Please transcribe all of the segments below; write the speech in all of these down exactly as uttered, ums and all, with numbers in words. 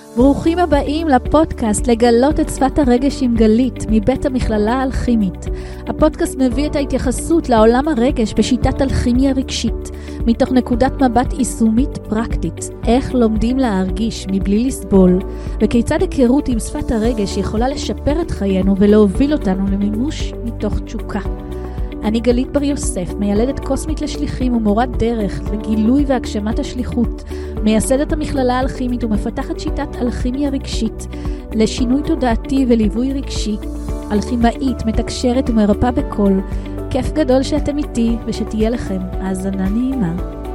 ברוכים הבאים לפודקאסט לגלות את שפת הרגש עם גלית מבית המכללה האלכימית. הפודקאסט מביא את ההתייחסות לעולם הרגש בשיטת אלכימיה רגשית, מתוך נקודת מבט יישומית פרקטית, איך לומדים להרגיש מבלי לסבול, וכיצד היכרות עם שפת הרגש יכולה לשפר את חיינו ולהוביל אותנו למימוש מתוך תשוקה. אני גלית בר יוסף, מיילדת קוסמית לשליחים ומורת דרך לגילוי והגשמת השליחות, מייסדת המכללה האלכימית ומפתחת שיטת אלכימיה רגשית לשינוי תודעתי וליווי רגשי, אלכימאית, מתקשרת ומרפאה בכל. כיף גדול שאתם איתי ושתהיה לכם האזנה נעימה.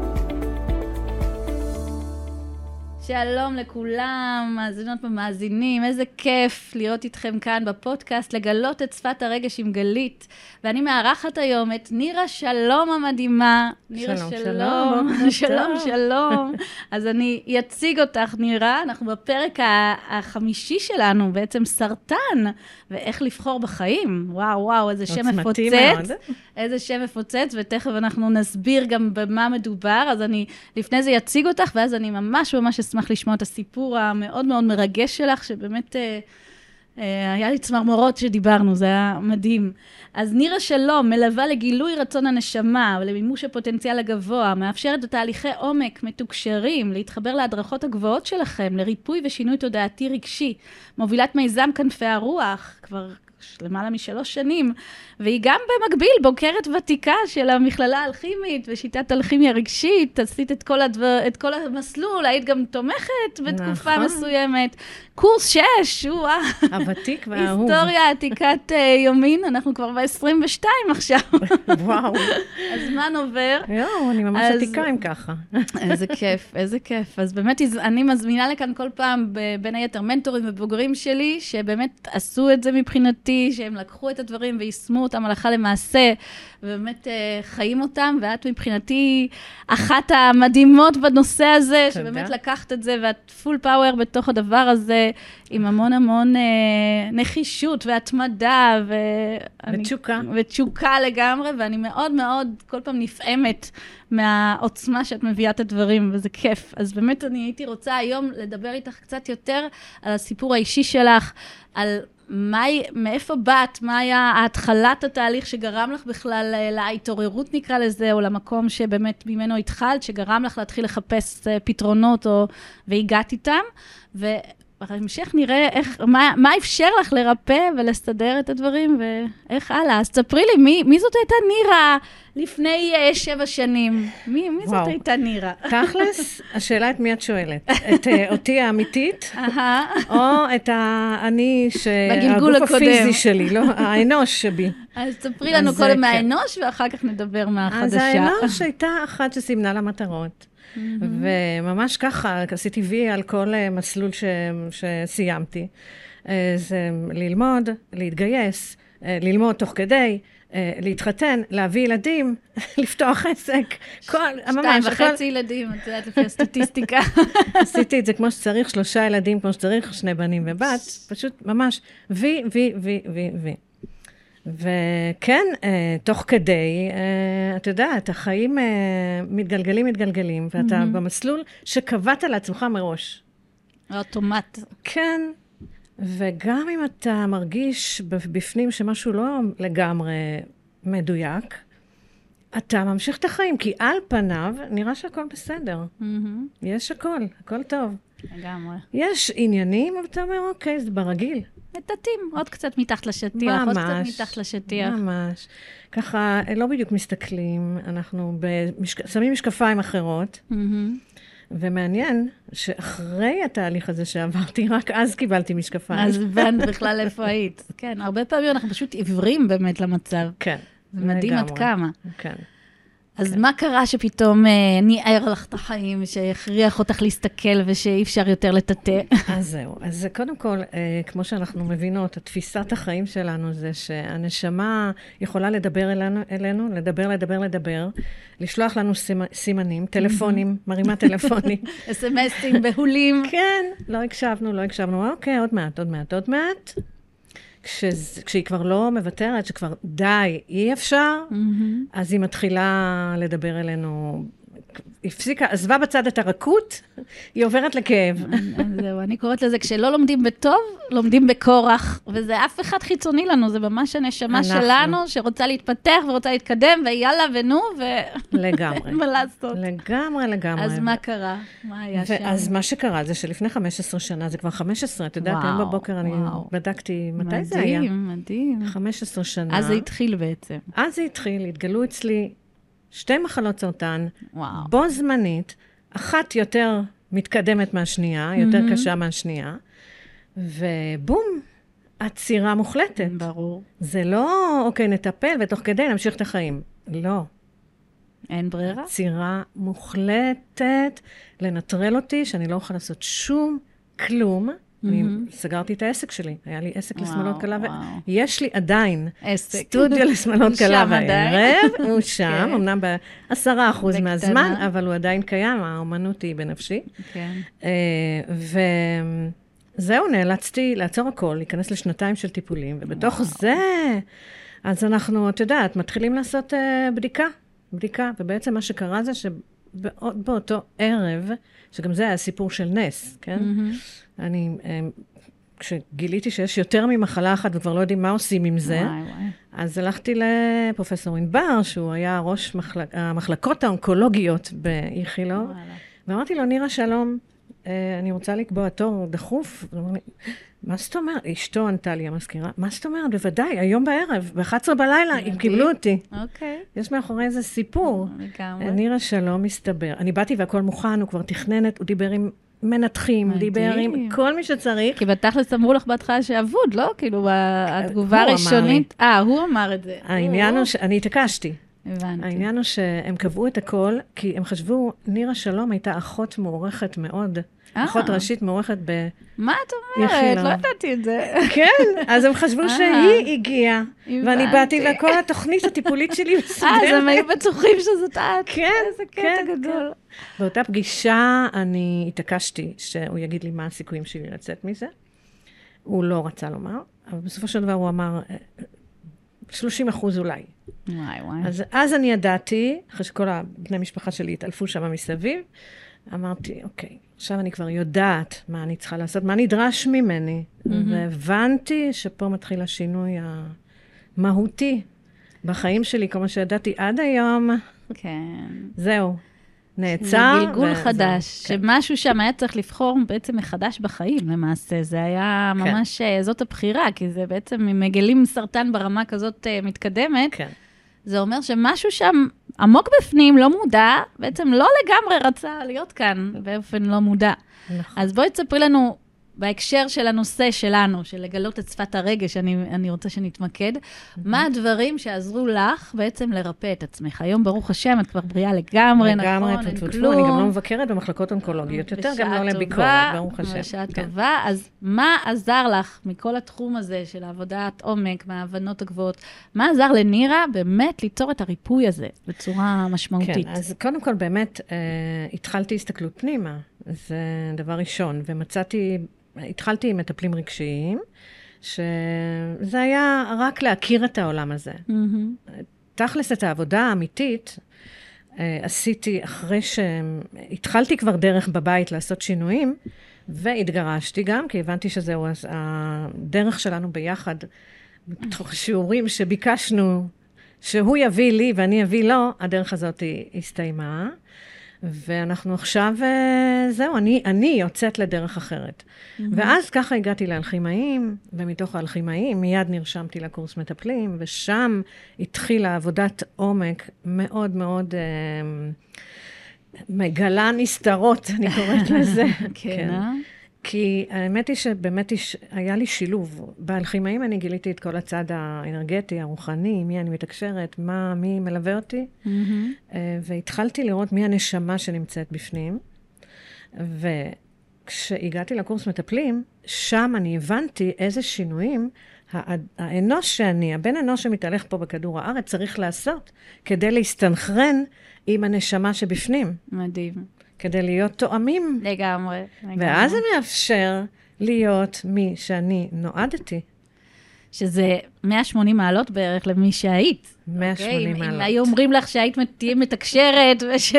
שלום לכולם, מאזינות ומאזינים, איזה כיף להיות איתכם כאן בפודקאסט, לגלות את שפת הרגש עם גלית. ואני מארחת היום את נירה שלום המדהימה. נירה שלום, שלום, שלום, שלום, שלום. אז אני אציג אותך, נירה. אנחנו בפרק החמישי שלנו, בעצם סרטן, ואיך לבחור בחיים. וואו, וואו, איזה שם מפוצץ. איזה שם מפוצץ, ותכף אנחנו נסביר גם במה מדובר. אז אני לפני זה אציג אותך, ואז אני ממש ממש אשמח לשמוע את הסיפור המאוד מאוד מרגש שלך, שבאמת אה, אה, היה לי צמרמורות שדיברנו, זה היה מדהים. אז נירה שלום, מלווה לגילוי רצון הנשמה ולמימוש הפוטנציאל הגבוה, מאפשרת בתהליכי עומק מתוקשרים, להתחבר להדרכות הגבוהות שלכם, לריפוי ושינוי תודעתי רגשי, מובילת מיזם כנפי הרוח, כבר למעלה משלוש שנים, והיא גם במקביל בוקרת ותיקה של המכללה האלכימית ושיטת אלכימיה רגשית, עשית את כל, הדבר, את כל המסלול, היית גם תומכת בתקופה נכון. מסוימת. קורס שש, וואה. הוותיק והאהוב. היסטוריה עתיקת uh, יומין, אנחנו כבר ב-עשרים ושתיים עכשיו. וואו. הזמן עובר. יואו, אני ממש אז... עתיקה עם ככה. איזה כיף, איזה כיף. אז באמת אני מזמינה לכאן כל פעם בין היתר מנטורים ובוגרים שלי, שבאמת עשו את זה מבחינתי, שהם לקחו את הדברים ויישמו אותם הלכה למעשה, ובאמת חיים אותם, ואת מבחינתי אחת המדהימות בנושא הזה, תודה. שבאמת לקחת את זה, ואת פול פאוור בתוך הדבר הזה, עם המון המון אה, נחישות והתמדה, ואני, ותשוקה. ותשוקה לגמרי, ואני מאוד מאוד כל פעם נפעמת מהעוצמה שאת מביאה את הדברים, וזה כיף. אז באמת אני הייתי רוצה היום לדבר איתך קצת יותר על הסיפור האישי שלך, על מה, מאיפה באת, מה היה התחלת התהליך שגרם לך בכלל להתעוררות נקרא לזה, או למקום שבאמת ממנו התחלת, שגרם לך להתחיל לחפש פתרונות, או, והגעת איתם, ובהמשך נראה איך, מה, מה אפשר לך לרפא ולסדר את הדברים, ואיך הלאה. אז תספרי לי, מי, מי זאת הייתה נירה לפני uh, שבע שנים? מי, מי זאת הייתה נירה? תכלס, השאלה את מי את שואלת? את uh, אותי האמיתית? או את אני, שהגוף הפיזי שלי, לא? האנוש שבי. אז תספרי לנו קודם מהאנוש, ואחר כך נדבר מהחדשה. אז האנוש הייתה אחת שסימנה למטרות. וממש ככה, עשיתי וי על כל מסלול ש... שסיימתי. זה ללמוד, להתגייס, ללמוד תוך כדי, להתחתן, להביא ילדים, לפתוח עסק. שתיים וחצי ילדים, את יודעת לפי הסטטיסטיקה. עשיתי את זה כמו שצריך, שלושה ילדים כמו שצריך, שני בנים ובת, פשוט ממש וי, וי, וי, וי, וי. וכן, תוך כדי, אתה יודעת, החיים מתגלגלים, מתגלגלים, ואתה במסלול שקבעת לעצמך מראש. אוטומט. כן, וגם אם אתה מרגיש בפנים שמשהו לא לגמרי מדויק, אתה ממשיך את החיים, כי על פניו נראה שהכל בסדר. יש הכל, הכל טוב. לגמרי. יש עניינים, אבל אתה אומר, אוקיי, זה ברגיל. מטטים, עוד קצת מתחת לשטיח, עוד קצת מתחת לשטיח. ממש. ככה, לא בדיוק מסתכלים, אנחנו שמים משקפיים אחרות, ומעניין שאחרי התהליך הזה שעברתי, רק אז קיבלתי משקפיים. אז הבנת בכלל איפה היית. כן, הרבה פעמים אנחנו פשוט עיוורים באמת למצב. כן. זה מדהים עד כמה. כן. אז מה קרה שפתאום ניער לך את החיים, שהכריח אותך להסתכל ושאי אפשר יותר לטאטא? אז זהו. אז קודם כל, כמו שאנחנו מבינות, התפיסת החיים שלנו זה שהנשמה יכולה לדבר אלינו, אלינו, לדבר, לדבר, לדבר, לשלוח לנו סימנים, טלפונים, מרימה טלפונים. אס אם אסים, בהולים. כן, לא הקשבנו, לא הקשבנו. אוקיי, עוד מעט, עוד מעט, עוד מעט. כשז, כשהיא כבר לא מוותרת, שכבר די, אי אפשר, mm-hmm. אז היא מתחילה לדבר אלינו הפסיקה, עזבה בצד את הרכות, היא עוברת לכאב. זהו, אני קוראת לזה, כשלא לומדים בטוב, לומדים בכורח, וזה אף אחד חיצוני לנו, זה ממש הנשמה שלנו, שרוצה להתפתח ורוצה להתקדם, ויאללה ונו, ו... לגמרי. אין מה לעשות. לגמרי, לגמרי. אז מה קרה? מה היה שם? אז מה שקרה זה שלפני חמש עשרה שנה, זה כבר חמש עשרה, אתה יודעת, היום בבוקר אני בדקתי מתי זה היה. מדהים, מדהים. חמש עשרה שנה. אז זה התחיל בעצם. אז זה התחיל, התגלו אצלי שתי מחלות סרטן, וואו. בו זמנית, אחת יותר מתקדמת מהשנייה, יותר mm-hmm. קשה מהשנייה, ובום, עצירה מוחלטת. ברור. זה לא, אוקיי, נטפל ותוך כדי נמשיך את החיים. לא. אין ברירה? עצירה מוחלטת, לנטרל אותי, שאני לא אוכל לעשות שום כלום, אני סגרתי את העסק שלי, היה לי עסק לשמלות קלה, ויש לי עדיין סטודיו לשמלות קלה בערב, הוא שם, אמנם בעשרה אחוז מהזמן, אבל הוא עדיין קיים, האומנות היא בנפשי. וזהו, נאלצתי לעצור הכל, להיכנס לשנתיים של טיפולים, ובתוך זה, אז אנחנו, את יודעת, מתחילים לעשות בדיקה, בדיקה, ובעצם מה שקרה זה שבאותו ערב, שגם זה היה סיפור של נס, כן? אני, כשגיליתי שיש יותר ממחלה אחת, וכבר לא יודעים מה עושים עם זה, וואי, וואי. אז הלכתי לפרופסור ענבר, שהוא היה ראש מחלק, המחלקות האונקולוגיות באיכילוב, ואמרתי לו, נירה שלום, אני רוצה לקבוע תור דחוף, מה זאת אומרת? אשתו ענתה לי המזכירה, מה זאת אומרת? בוודאי, היום בערב, ב-אחת עשרה בלילה, הם קיבלו אותי. אוקיי. יש מאחורי איזה סיפור. נירה שלום מסתבר. אני באתי והכל מוכן, הוא כבר תכננת, הוא דיבר עם מנתחים, דיבר עם כל מי שצריך. כי בתכלס אמרו לך בהתחלה שאבוד, לא? כאילו, התגובה הראשונית... אה, הוא אמר את זה. העניין הוא ש... אני התעקשתי. הבנתי. העניין הוא שהם קבעו את הכל, כי הם חשבו, נירה שלום הייתה אחות מוערכת מאוד. אחות ראשית מוערכת ב... מה את אומרת? לא ידעתי את זה. כן, אז הם חשבו שהיא הגיעה, ואני באתי וכל התוכנית הטיפולית שלי מסודרת. אה, אז הם היו בטוחים שזאת את. כן, איזה קטע גדול. באותה פגישה אני התעקשתי שהוא יגיד לי מה הסיכויים שלי לצאת מזה. הוא לא רצה לומר, אבל בסופו של דבר הוא אמר, שלושים אחוז אולי. וואי וואי. אז, אז אני ידעתי, אחרי שכל הבני משפחה שלי התעלפו שם מסביב, אמרתי, אוקיי, עכשיו אני כבר יודעת מה אני צריכה לעשות, מה נדרש ממני, mm-hmm. והבנתי שפה מתחיל השינוי המהותי בחיים שלי, כמו שידעתי עד היום. כן. זהו, נעצר. זה גלגול ו... חדש, זה, שמשהו שם היה צריך לבחור בעצם מחדש בחיים, למעשה. זה היה ממש, כן. זאת הבחירה, כי זה בעצם, אם מגלים סרטן ברמה כזאת מתקדמת, כן. זה אומר שמשהו שם עמוק בפנים, לא מודע, בעצם לא לגמרי רצה להיות כאן, באופן לא מודע. נכון. אז בואי תספרי לנו, בהקשר של הנושא שלנו, של לגלות את שפת הרגש, אני, אני רוצה שנתמקד, mm-hmm. מה הדברים שעזרו לך בעצם לרפא את עצמך? היום, ברוך השם, את כבר בריאה לגמרי, לגמרי נכון, אין כלום. אני גם לא מבקרת במחלקות אונקולוגיות, יותר גם לא לביקורת, ברוך השם. בשעה כן. טובה, אז מה עזר לך מכל התחום הזה של העבודת עומק, מההבנות הגבוהות, מה עזר לנירה באמת ליצור את הריפוי הזה בצורה משמעותית? כן, אז קודם כל באמת, אה, התחלתי הסתכלות פנימה, זה דבר ראשון, ומצאתי, התחלתי עם מטפלים רגשיים, שזה היה רק להכיר את העולם הזה. Mm-hmm. תכלס את העבודה האמיתית, עשיתי אחרי שהתחלתי כבר דרך בבית לעשות שינויים, והתגרשתי גם, כי הבנתי שזהו הדרך שלנו ביחד, בתוך שיעורים שביקשנו שהוא יביא לי ואני אביא לו, הדרך הזאת הסתיימה. ואנחנו עכשיו, זהו, אני, אני יוצאת לדרך אחרת. Mm-hmm. ואז ככה הגעתי לאלכימאים, ומתוך האלכימאים מיד נרשמתי לקורס מטפלים, ושם התחילה עבודת עומק מאוד מאוד אה, מגלה נסתרות, אני קוראת לזה. כן, אה? כי האמת היא שבאמת היה לי שילוב. באלכימאים אני גיליתי את כל הצד האנרגטי, הרוחני, מי אני מתקשרת, מה, מי מלווה אותי. Mm-hmm. והתחלתי לראות מי הנשמה שנמצאת בפנים. וכשהגעתי לקורס מטפלים, שם אני הבנתי איזה שינויים האנוש שאני, הבן אנוש שמתהלך פה בכדור הארץ, צריך לעשות כדי להסתנכרן עם הנשמה שבפנים. מדהים. כדי להיות תואמים. לגמרי. לגמרי. ואז זה מאפשר להיות מי שאני נועדתי. שזה מאה ושמונים מעלות בערך למי שהיית. מאה ושמונים מעלות. אם היו אומרים לך שהיית תהיה מתקשרת,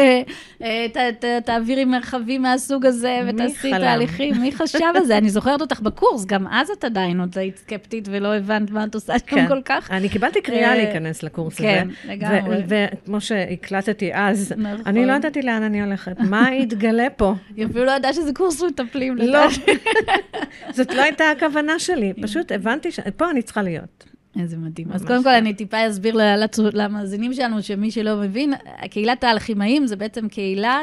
ושתעבירי מרחבים מהסוג הזה, ותעשי תהליכים, מי חשב על זה? אני זוכרת אותך בקורס, גם אז את עדיין עוד היית סקפטית, ולא הבנת מה את עושה שם כל כך. אני קיבלתי קריאה להיכנס לקורס הזה. כן, לגמרי. וכמו שהקלטתי אז, אני לא ידעתי לאן אני הולכת. מה יתגלה פה? היא אפילו לא ידעה שזה קורס מטפלים. לא, זאת לא הייתה הכוונה שלי. פשוט הבנתי שפה אני צריכה להיות. איזה מדהים. אז קודם כל אני טיפה אסביר למאזינים שלנו, שמי שלא מבין, קהילת האלכימאים זה בעצם קהילה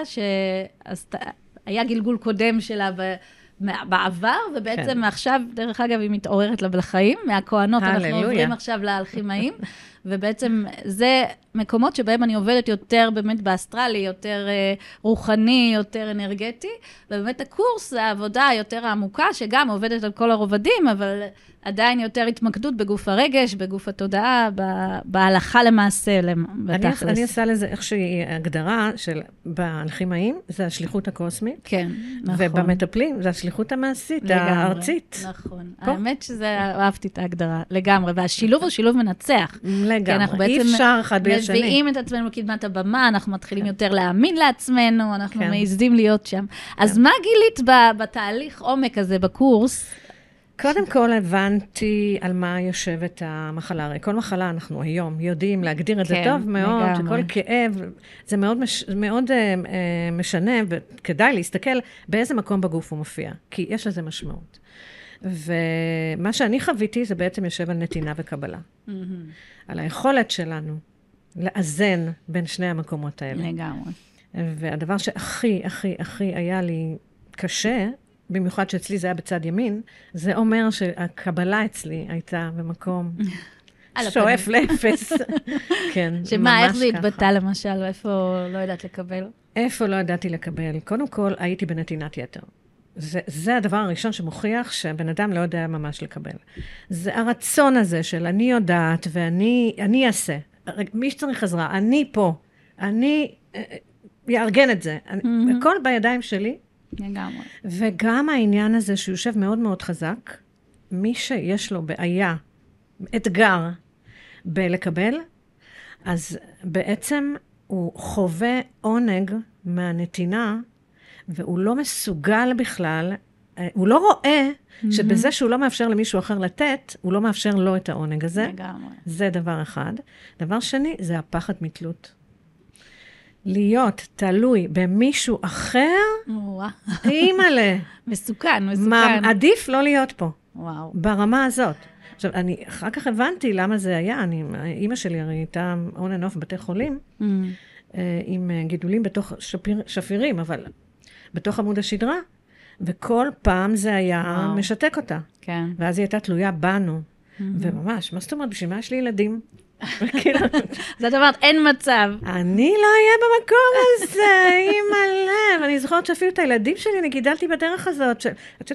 שהיה גלגול קודם שלה בעבר, ובעצם עכשיו, דרך אגב, היא מתעוררת לה לחיים, מהכהנות אנחנו עוברים עכשיו לאלכימאים, ובעצם זה מקומות שבהם אני עובדת יותר באמת באסטרלי, יותר רוחני, יותר אנרגטי, ובאמת הקורס זה העבודה היותר העמוקה, שגם עובדת על כל הרובדים, אבל עדיין יותר התמקדות בגוף הרגש, בגוף התודעה, בהלכה למעשה, בתכלס. אני עושה לזה איזושהי הגדרה של באלכימאים, זה השליחות הקוסמית. כן, נכון. ובמטפלים, זה השליחות המעשית, הארצית. נכון. האמת שזה, אהבתי את ההגדרה, לגמרי. והשילוב הוא שילוב מנצח. לגמרי. אי אפשר אחד בלי השני. מביאים את עצמנו לקדמת הבמה, אנחנו מתחילים יותר להאמין לעצמנו, אנחנו מעזים להיות שם. אז מה גילית בתהליך עומק הזה, בקורס? קודם כל הבנתי על מה יושבת המחלה. הרי כל מחלה אנחנו היום יודעים להגדיר את זה טוב מאוד, שכל כאב, זה מאוד, מאוד משנה, וכדאי להסתכל באיזה מקום בגוף הוא מופיע, כי יש לזה משמעות. ומה שאני חוויתי זה בעצם יושב על נתינה וקבלה. על היכולת שלנו לאזן בין שני המקומות האלה. לגמרי. והדבר שהכי, הכי, הכי היה לי קשה, במיוחד שאצלי זה היה בצד ימין, זה אומר שהקבלה אצלי הייתה במקום שואף לאפס. כן, ממש ככה. שמה, איך זה התבטא למשל, איפה לא ידעת לקבל? איפה לא ידעתי לקבל? קודם כל, הייתי בנתינת יתר. זה, זה הדבר הראשון שמוכיח שהבן אדם לא יודע ממש לקבל. זה הרצון הזה של אני יודעת ואני אני אעשה. מי שצריך עזרה, אני פה. אני יארגן את זה. Mm-hmm. הכל בידיים שלי. לגמרי. וגם העניין הזה שיושב מאוד מאוד חזק, מי שיש לו בעיה, אתגר בלקבל, אז בעצם הוא חווה עונג מהנתינה, והוא לא מסוגל בכלל, הוא לא רואה שבזה שהוא לא מאפשר למישהו אחר לתת, הוא לא מאפשר לו את העונג הזה. לגמרי. זה דבר אחד. דבר שני, זה הפחד מתלות. להיות תלוי במישהו אחר, אימא'לה. מסוכן, מסוכן. עדיף לא להיות פה. וואו. ברמה הזאת. עכשיו, אני אחר כך הבנתי למה זה היה. אני, אימא שלי הרי הייתה on and off בתי חולים, mm. עם גידולים בתוך שפיר, שפירים, אבל בתוך עמוד השדרה, וכל פעם זה היה וואו. משתק אותה. כן. ואז היא הייתה תלויה בנו. Mm-hmm. וממש, מה זאת אומרת, בשביל מה יש לי ילדים? זאת אומרת, אין מצב. אני לא אהיה במקום הזה, אימא'לה. ואני זוכרת שאפילו את הילדים שלי, אני גידלתי בדרך הזאת.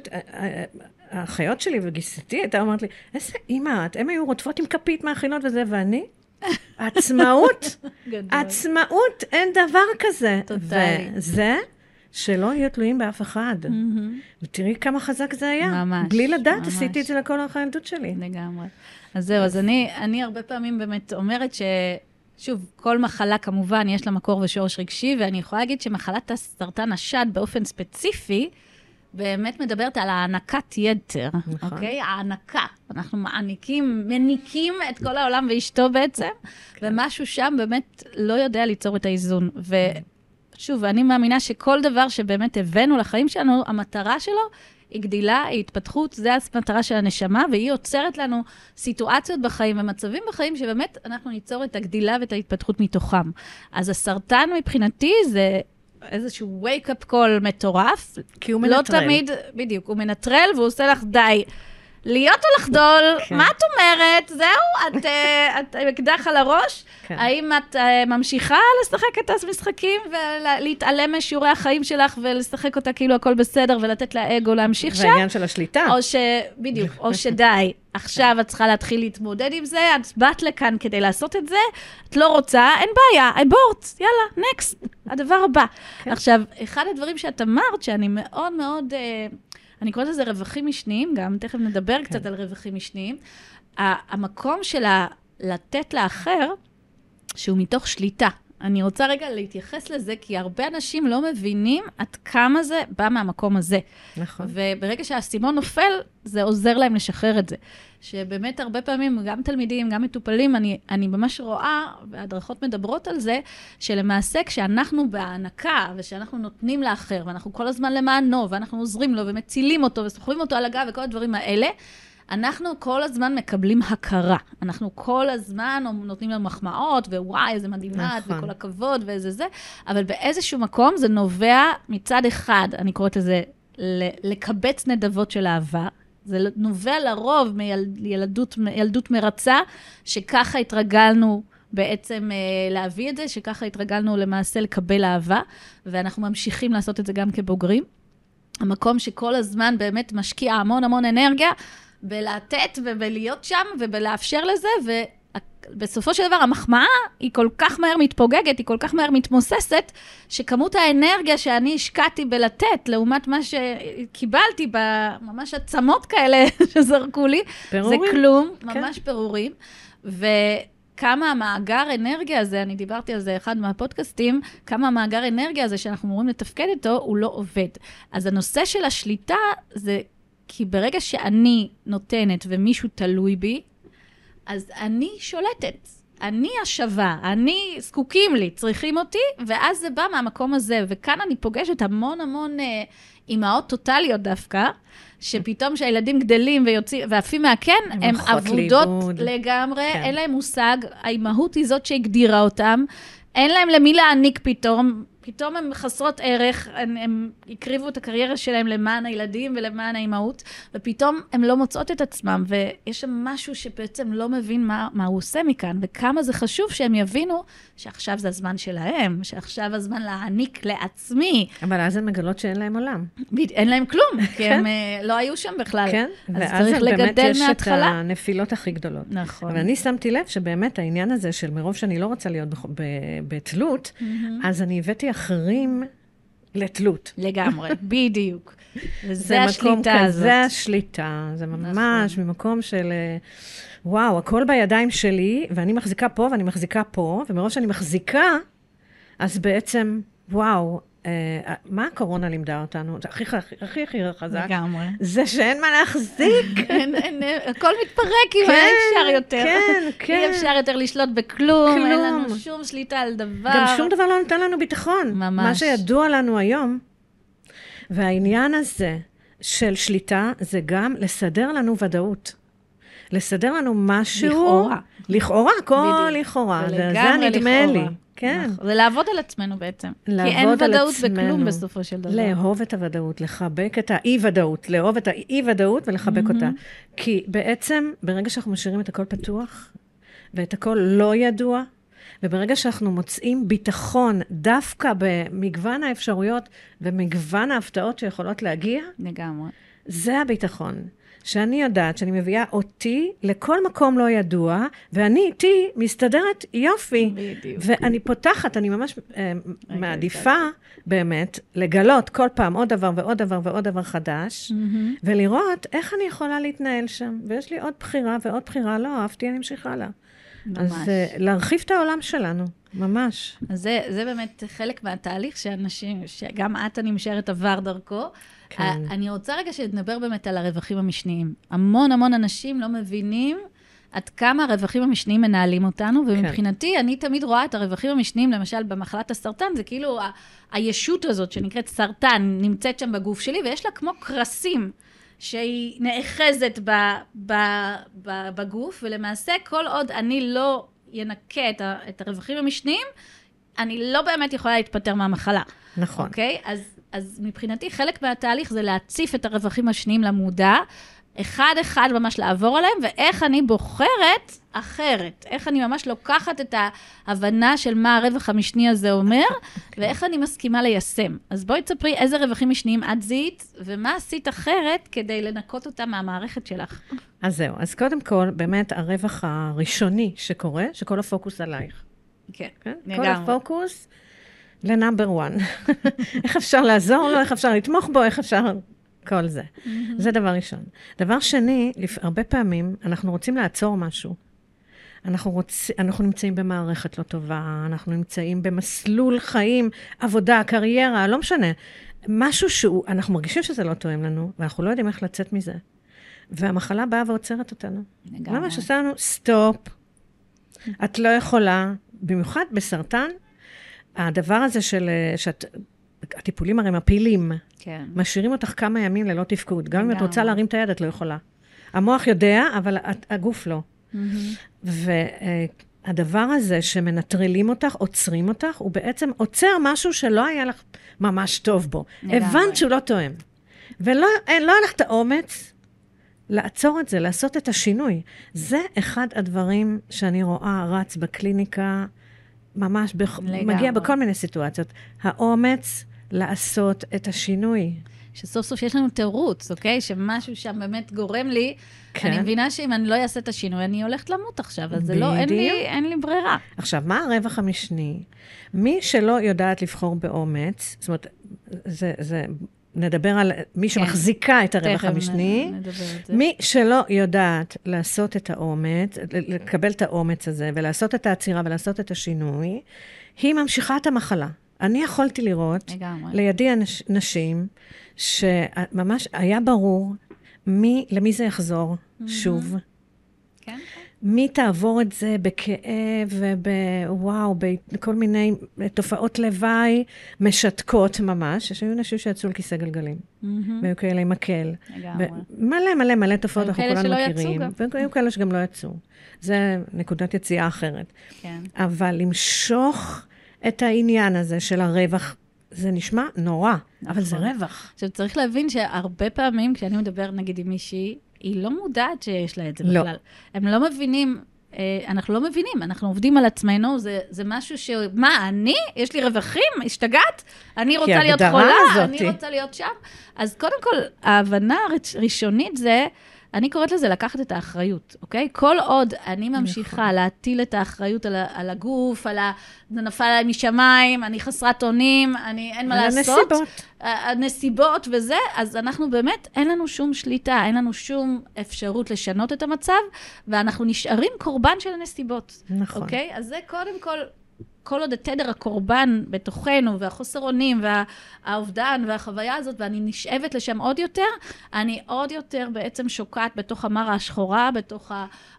האחיות שלי וגיסתי הייתה אומרת לי, איזה אימא, הם היו רודפות עם כפית מהכינות וזה, ואני? עצמאות, עצמאות, אין דבר כזה. וזה שלא יהיו תלויים באף אחד. ותראי כמה חזק זה היה. ממש. בלי לדעת, עשיתי את זה לכל אורך הילדות שלי. לגמרי. אז זהו, אז אני, אני הרבה פעמים באמת אומרת ש, שוב, כל מחלה כמובן יש לה מקור ושורש רגשי, ואני יכולה להגיד שמחלת הסרטן השד באופן ספציפי, באמת מדברת על הענקת יתר, נכון. אוקיי? הענקה. אנחנו מעניקים, מניקים את כל העולם ואשתו בעצם, כן. ומשהו שם באמת לא יודע ליצור את האיזון. ושוב, אני מאמינה שכל דבר שבאמת הבאנו לחיים שלנו, המטרה שלו, היא גדילה, היא התפתחות, זה המטרה של הנשמה, והיא יוצרת לנו סיטואציות בחיים ומצבים בחיים שבאמת אנחנו ניצור את הגדילה ואת ההתפתחות מתוכם. אז הסרטן מבחינתי זה איזשהו wake-up call מטורף. כי הוא מנטרל. לא תמיד, בדיוק, הוא מנטרל והוא עושה לך די. להיות או לחדול, כן. מה את אומרת? זהו, את, את מקדח על הראש? כן. האם את ממשיכה לשחק את המשחקים ולהתעלם משיעורי החיים שלך ולשחק אותה כאילו הכל בסדר ולתת לה אגו להמשיך שם? והעניין של השליטה. או ש... בדיוק, או שדי. עכשיו את צריכה להתחיל להתמודד עם זה, את באת לכאן כדי לעשות את זה, את לא רוצה, אין בעיה, אבורט, יאללה, נקסט, הדבר הבא. כן. עכשיו, אחד הדברים שאת אמרת, שאני מאוד מאוד... אני קוראת לזה רווחים משניים, גם תכף נדבר כן. קצת על רווחים משניים. המקום של לתת לאחר, שהוא מתוך שליטה. אני רוצה רגע להתייחס לזה, כי הרבה אנשים לא מבינים עד כמה זה בא מהמקום הזה. נכון. וברגע שהסימון נופל, זה עוזר להם לשחרר את זה. שבאמת הרבה פעמים, גם תלמידים, גם מטופלים, אני, אני ממש רואה, והדרכות מדברות על זה, שלמעשה כשאנחנו בהענקה, ושאנחנו נותנים לאחר, ואנחנו כל הזמן למענו, ואנחנו עוזרים לו, ומצילים אותו, וסוחבים אותו על הגב, וכל הדברים האלה, אנחנו כל הזמן מקבלים הכרה. אנחנו כל הזמן נותנים לנו מחמאות, ווואי, איזה מדהימה, נכון. וכל הכבוד, ואיזה זה, אבל באיזשהו מקום זה נובע מצד אחד, אני קוראת לזה, לקבץ נדבות של אהבה, זה נובע לרוב מילדות, ילדות מרצה, שככה התרגלנו בעצם להביא את זה, שככה התרגלנו למעשה לקבל אהבה, ואנחנו ממשיכים לעשות את זה גם כבוגרים. המקום שכל הזמן באמת משקיע המון המון אנרגיה, בלתת ובלהיות שם ובלאפשר לזה, ובסופו של דבר המחמאה היא כל כך מהר מתפוגגת, היא כל כך מהר מתמוססת, שכמות האנרגיה שאני השקעתי בלתת, לעומת מה שקיבלתי בממש עצמות כאלה שזרקו לי, פירורים. זה כלום, ממש כן. פירורים, וכמה המאגר אנרגיה הזה, אני דיברתי על זה אחד מהפודקאסטים, כמה המאגר אנרגיה הזה שאנחנו אמורים לתפקד איתו, הוא לא עובד. אז הנושא של השליטה זה כי ברגע שאני נותנת ומישהו תלוי בי, אז אני שולטת. אני השווה, אני זקוקים לי, צריכים אותי, ואז זה בא מהמקום הזה. וכאן אני פוגשת המון המון אה, אימהות טוטליות דווקא, שפתאום שהילדים גדלים ויוצאים, ועפים מהכן, הם עבודות ליבוד. לגמרי, כן. אין להם מושג, האימהות היא זאת שהגדירה אותם, אין להם למי להעניק פתאום, פתאום הם חסרות ערך, הם, הם הקריבו את הקריירה שלהם למען הילדים ולמען האימהות, ופתאום הם לא מוצאות את עצמם, ויש שם משהו שבעצם לא מבין מה, מה הוא עושה מכאן, וכמה זה חשוב שהם יבינו שעכשיו זה הזמן שלהם, שעכשיו הזמן להעניק לעצמי. אבל אז הן מגלות שאין להם עולם. אין להם כלום, כי הם לא היו שם בכלל. כן, ואז באמת יש את הנפילות הכי גדולות. נכון. אבל אני שמתי לב שבאמת העניין הזה של מרוב שאני לא רוצה להיות בתלות, אז אני הבאתי אחרים לתלות. לגמרי, בדיוק. וזה השליטה הזאת. זה השליטה, זה ממש ממקום של, וואו, הכל בידיים שלי, ואני מחזיקה פה ואני מחזיקה פה, ומרוב שאני מחזיקה, אז בעצם, וואו, מה הקורונה לימדה אותנו? זה הכי הכי הכי חזק. לגמרי. זה שאין מה להחזיק. הכל מתפרק, אם אי אפשר יותר. כן, כן. אי אפשר יותר לשלוט בכלום, אין לנו שום שליטה על דבר. גם שום דבר לא נותן לנו ביטחון. ממש. מה שידוע לנו היום, והעניין הזה של שליטה, זה גם לסדר לנו ודאות. לסדר לנו משהו... לכאורה. לכאורה, כל לכאורה. זה נדמה לי. כן. זה לעבוד על עצמנו בעצם. כי אין ודאות בכלום בסופו של דבר. לאהוב את הוודאות, לחבק את האי-ודאות, לאהוב את האי-ודאות ולחבק אותה. כי בעצם, ברגע שאנחנו משאירים את הכל פתוח, ואת הכל לא ידוע, וברגע שאנחנו מוצאים ביטחון דווקא במגוון האפשרויות, ומגוון ההפתעות שיכולות להגיע, לגמרי. זה הביטחון. שאני יודעת שאני מביאה אותי לכל מקום לא ידוע, ואני איתי מסתדרת יופי. בדיוק. ואני פותחת, אני ממש אה, מעדיפה באמת לגלות כל פעם עוד דבר ועוד דבר ועוד דבר חדש, mm-hmm. ולראות איך אני יכולה להתנהל שם. ויש לי עוד בחירה ועוד בחירה, לא אהבתי, אני אמשיך הלאה. ממש. אז אה, להרחיב את העולם שלנו, ממש. אז זה, זה באמת חלק מהתהליך שאנשים, שגם את אני משארת עבר דרכו, כן. אני רוצה רגע שנדבר באמת על הרווחים המשניים. המון המון אנשים לא מבינים עד כמה הרווחים המשניים מנהלים אותנו, ומבחינתי כן. אני תמיד רואה את הרווחים המשניים, למשל במחלת הסרטן, זה כאילו ה- הישות הזאת שנקראת סרטן, נמצאת שם בגוף שלי, ויש לה כמו קרסים, שהיא נאחזת ב- ב- ב- בגוף, ולמעשה כל עוד אני לא ינקה את, ה- את הרווחים המשניים, אני לא באמת יכולה להתפטר מהמחלה. נכון. אוקיי? אז אז מבחינתי, חלק מהתהליך זה להציף את הרווחים השניים למודע, אחד אחד ממש לעבור עליהם, ואיך אני בוחרת אחרת. איך אני ממש לוקחת את ההבנה של מה הרווח המשני הזה אומר, ואיך אני מסכימה ליישם. אז בואי תספרי איזה רווחים משניים את זיהית, ומה עשית אחרת כדי לנקות אותה מהמערכת שלך. אז זהו, אז קודם כל, באמת הרווח הראשוני שקורה, שכל הפוקוס עלייך. כן, כן? כל הפוקוס... לנאמבר וואן. איך אפשר לעזור לו, איך אפשר לתמוך בו, איך אפשר... כל זה. זה דבר ראשון. דבר שני, הרבה פעמים אנחנו רוצים לעצור משהו. אנחנו, רוצ... אנחנו נמצאים במערכת לא טובה, אנחנו נמצאים במסלול חיים, עבודה, קריירה, לא משנה. משהו שהוא, אנחנו מרגישים שזה לא תואם לנו, ואנחנו לא יודעים איך לצאת מזה. והמחלה באה ועוצרת אותנו. ממש עושה לנו, סטופ, את לא יכולה, במיוחד בסרטן, הדבר הזה של, שאת, הטיפולים הרי מפילים, כן. משאירים אותך כמה ימים ללא תפקוד. גם אם את רוצה להרים את היד, את לא יכולה. המוח יודע, אבל הגוף לא. והדבר הזה שמנטרלים אותך, עוצרים אותך, הוא בעצם עוצר משהו שלא היה לך ממש טוב בו. הבנת שהוא לא תואם. ולא היה לך את האומץ לעצור את זה, לעשות את השינוי. זה אחד הדברים שאני רואה רץ בקליניקה, ממש מגיע בכל מיני סיטואציות. האומץ לעשות את השינוי. שסוף סוף יש לנו תירוץ, אוקיי? שמשהו שם באמת גורם לי, כן. אני מבינה שאם אני לא אעשה את השינוי, אני הולכת למות עכשיו, אז זה לא, אין לי, אין לי ברירה. עכשיו, מה הרווח המשני? מי שלא יודעת לבחור באומץ, זאת אומרת, זה, זה, נדבר על מי שמחזיקה את הרווח המשני, מי שלא יודעת לעשות את האומץ, לקבל את האומץ הזה, ולעשות את העצירה ולעשות את השינוי, היא ממשיכה את המחלה. אני יכולתי לראות לידי נשים, שממש היה ברור מי, למי זה יחזור שוב. כן. מי תעבור את זה בכאב ובוואו, בכל מיני תופעות לוואי משתקות ממש. יש היו נשים שיצאו לכיסא גלגלים. והיו כאלה עם מקל. מלא מלא מלא תופעות, אנחנו כולנו מכירים. והיו כאלה שגם לא יצאו. זה נקודת יציאה אחרת. אבל למשוך את העניין הזה של הרווח, זה נשמע נורא, אבל זה רווח. עכשיו, צריך להבין שהרבה פעמים, כשאני מדבר נגיד עם מישהי, היא לא מודעת שיש לה את זה בכלל. הם לא מבינים, אנחנו לא מבינים, אנחנו עובדים על עצמנו, זה, זה משהו ש... מה, אני? יש לי רווחים? השתגעת? אני רוצה להיות חולה? אני רוצה להיות שם? אז קודם כל, ההבנה הראשונית זה, אני קוראת לזה לקחת את האחריות, אוקיי? כל עוד אני ממשיכה להטיל את האחריות על, על הגוף, על ה... זה נפל עליי משמיים, אני חסרת אונים, אני, אין מה לעשות. הנסיבות. הנסיבות וזה, אז אנחנו באמת, אין לנו שום שליטה, אין לנו שום אפשרות לשנות את המצב, ואנחנו נשארים קורבן של הנסיבות. נכון. אוקיי? אז זה קודם כל... כל עוד התדר הקורבן בתוכנו, והחוסר אונים, והאובדן, והחוויה הזאת, ואני נשאבת לשם עוד יותר, אני עוד יותר בעצם שוקעת בתוך המרה השחורה, בתוך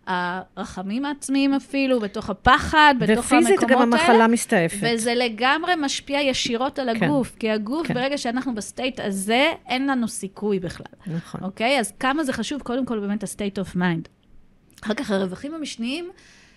הרחמים העצמיים אפילו, בתוך הפחד, בתוך המקומות האלה. ופיזית גם המחלה מסתעפת. וזה לגמרי משפיע ישירות על הגוף, כן. כי הגוף, כן. ברגע שאנחנו בסטייט הזה, אין לנו סיכוי בכלל. נכון. אוקיי? אז כמה זה חשוב, קודם כל באמת ה-state of mind. אחר כך הרווחים המשניים,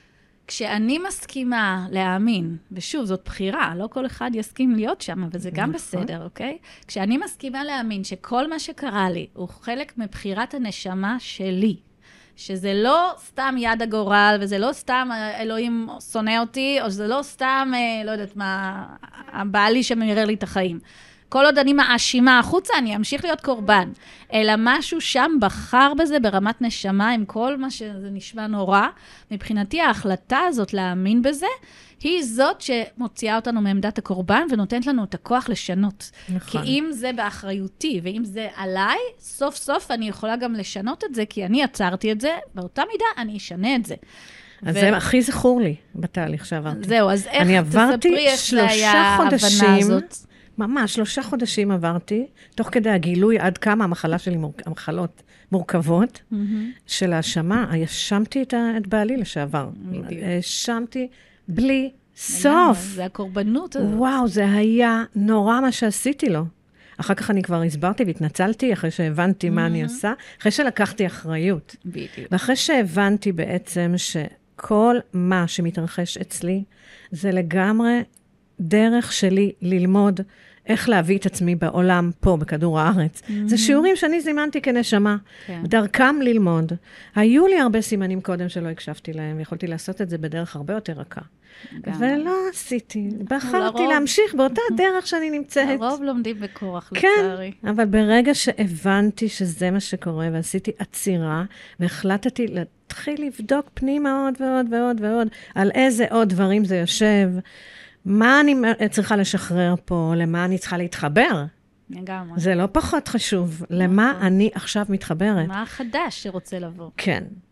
כשאני מסכימה להאמין, ושוב, זאת בחירה, לא כל אחד יסכים להיות שם, אבל זה גם בסדר, אוקיי? כשאני מסכימה להאמין שכל מה שקרה לי הוא חלק מבחירת הנשמה שלי, שזה לא סתם יד הגורל, וזה לא סתם אלוהים שונא אותי, או שזה לא סתם, לא יודעת מה, הבעלי שממרר לי את החיים. כל עוד אני מאשימה החוצה, אני אמשיך להיות קורבן. אלא משהו שם בחר בזה ברמת נשמה, עם כל מה שזה נשמע נורא. מבחינתי, ההחלטה הזאת להאמין בזה, היא זאת שמוציאה אותנו מעמדת הקורבן, ונותנת לנו את הכוח לשנות. נכון. כי אם זה באחריותי, ואם זה עליי, סוף סוף אני יכולה גם לשנות את זה, כי אני עצרתי את זה, באותה מידה אני אשנה את זה. אז ו... זה הכי זכור לי בתהליך שעברתי. זהו, אז איך תספרי איך זה היה ההבנה הזאת? ממש, שלושה חודשים עברתי, תוך כדי הגילוי עד כמה המחלה שלי, המחלות מורכבות, mm-hmm. של האשמה, האשמתי את, את בעלי לשעבר. האשמתי בלי סוף. זה הקורבנות הזאת. וואו, זה היה נורא מה שעשיתי לו. אחר כך אני כבר הסברתי והתנצלתי, אחרי שהבנתי mm-hmm. מה אני עושה, אחרי שלקחתי אחריות. בדיוק. ואחרי שהבנתי בעצם שכל מה שמתרחש אצלי, זה לגמרי דרך שלי ללמוד איך להביא את עצמי בעולם פה, בכדור הארץ. Mm-hmm. זה שיעורים שאני זימנתי כנשמה, כן. דרכם ללמוד. היו לי הרבה סימנים קודם שלא הקשבתי להם, ויכולתי לעשות את זה בדרך הרבה יותר רכה. גם. ולא עשיתי, בחרתי לרוב... להמשיך באותה דרך שאני נמצאת. הרוב לומדים בכוח, כן, לצערי. אבל ברגע שהבנתי שזה מה שקורה, ועשיתי עצירה, והחלטתי להתחיל לבדוק פנימה עוד ועוד ועוד ועוד, על איזה עוד דברים זה יושב, מה אני צריכה לשחרר פה, למה אני צריכה להתחבר? לגמרי. זה לא פחות חשוב, למה אני עכשיו מתחברת. מה החדש שרוצה לבוא? כן.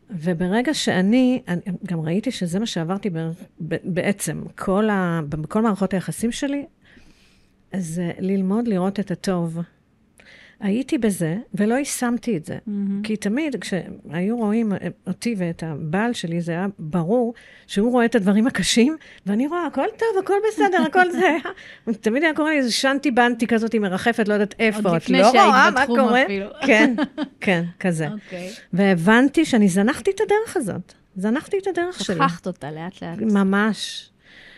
וברגע שאני, אני, גם ראיתי שזה מה שעברתי ב, ב, בעצם, כל, ה, בכל מערכות היחסים שלי, אז ללמוד לראות את הטוב. הייתי בזה, ולא יישמתי את זה. Mm-hmm. כי תמיד, כשהיו רואים אותי ואת הבעל שלי, זה היה ברור שהוא רואה את הדברים הקשים, ואני רואה, הכל טוב, הכל בסדר, הכל זה. תמיד היה קורא לי, איזה שנתי בנתי כזאת, היא מרחפת, לא יודעת איפה, את לא רואה מה קורה. כן, כן, כזה. Okay. והבנתי שאני זנחתי את הדרך הזאת. זנחתי את הדרך שלי. שכחת אותה לאט לאט. ממש.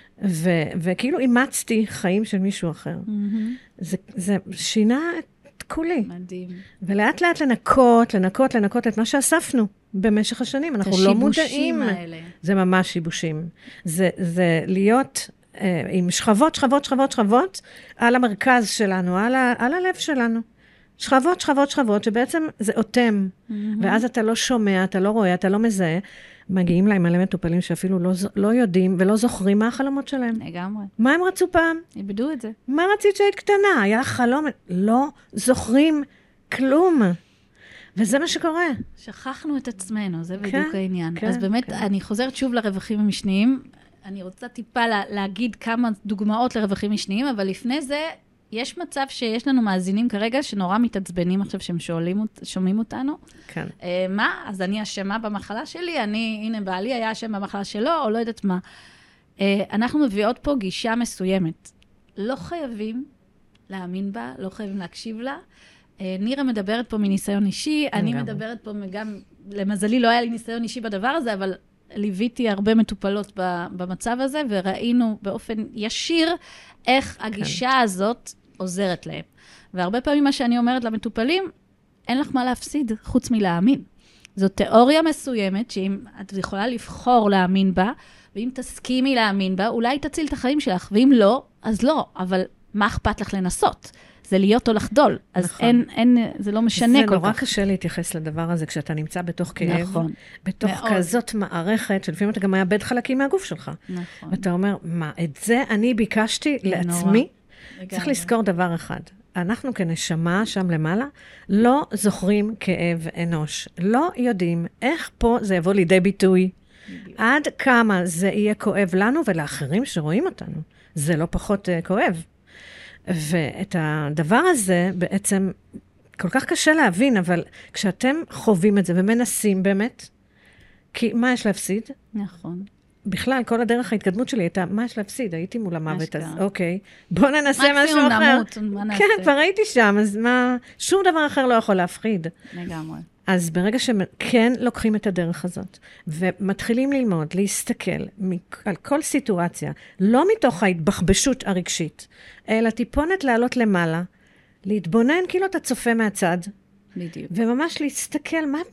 ו- וכאילו אימצתי חיים של מישהו אחר. Mm-hmm. זה, זה שינה את כולי. מדהים. ולאט לאט לנקות, לנקות, לנקות את מה שאספנו במשך השנים. אנחנו לא מודעים. האלה. זה ממש שיבושים. זה, זה להיות אה, עם שכבות, שכבות, שכבות, שכבות, על המרכז שלנו, על, ה, על הלב שלנו. שכבות, שכבות, שכבות, שבעצם זה אותם. Mm-hmm. ואז אתה לא שומע, אתה לא רואה, אתה לא מזהה. מגיעים להם מלא מטופלים שאפילו לא, לא יודעים ולא זוכרים מה החלומות שלהם. לגמרי. מה הם רצו פעם? איבדו את זה. מה רצית שהיית קטנה? היה לך חלום? לא זוכרים כלום. וזה מה שקורה. שכחנו את עצמנו, זה בדיוק כן, העניין. כן, אז באמת, כן. אני חוזרת שוב לרווחים המשניים. אני רוצה טיפה לה, להגיד כמה דוגמאות לרווחים משניים, אבל לפני זה, יש מצב שיש לנו מאזינים כרגע, שנורא מתעצבנים עכשיו שהם שואלים, שומעים אותנו. כן. Uh, מה? אז אני אשמה במחלה שלי, אני, הנה, בעלי היה אשם במחלה שלו, או לא יודעת מה. Uh, אנחנו מביאות פה גישה מסוימת. לא חייבים להאמין בה, לא חייבים להקשיב לה. Uh, נירה מדברת פה מניסיון אישי, אני גם. מדברת פה גם, למזלי לא היה לי ניסיון אישי בדבר הזה, אבל ליוויתי הרבה מטופלות במצב הזה, וראינו באופן ישיר איך הגישה כן. הזאת עוזרת להם. והרבה פעמים מה שאני אומרת למטופלים, אין לך מה להפסיד חוץ מלהאמין. זו תיאוריה מסוימת, שאם את יכולה לבחור להאמין בה, ואם תסכימי להאמין בה, אולי תציל את החיים שלך, ואם לא, אז לא. אבל מה אכפת לך לנסות? זה להיות או לחדול. אז נכון. אין, אין, זה לא משנה כל כך. זה נורא קשה להתייחס לדבר הזה, כשאתה נמצא בתוך כאב, נכון. בתוך מאוד. כזאת מערכת, שלפעמים אתה גם מאבד חלקים מהגוף שלך. נכון. ואתה אומר, מה, את זה אני ביקשתי לעצמי? צריך לזכור דבר אחד. אנחנו כנשמה שם למעלה, לא זוכרים כאב אנוש. לא יודעים איך פה זה יבוא לידי ביטוי. בדיוק. עד כמה זה יהיה כואב לנו ולאחרים שרואים אותנו. זה לא פחות uh, כואב. ואת הדבר הזה בעצם כל כך קשה להבין, אבל כשאתם חווים את זה ומנסים באמת, כי מה יש להפסיד? נכון. בכלל, כל הדרך ההתקדמות שלי הייתה, מה יש להפסיד? הייתי מול המוות, אז אוקיי, בוא ננסה משהו אחר. מקסימום נמות, מה נעשה? כן, כבר הייתי שם, אז מה, שום דבר אחר לא יכול להפחיד. לגמרי. אז ברגע שכן לוקחים את הדרך הזאת, ומתחילים ללמוד, להסתכל על כל סיטואציה, לא מתוך ההתבחבשות הרגשית, אלא טיפונת לעלות למעלה, להתבונן כאילו אתה צופה מהצד, בדיוק. וממש להסתכל מה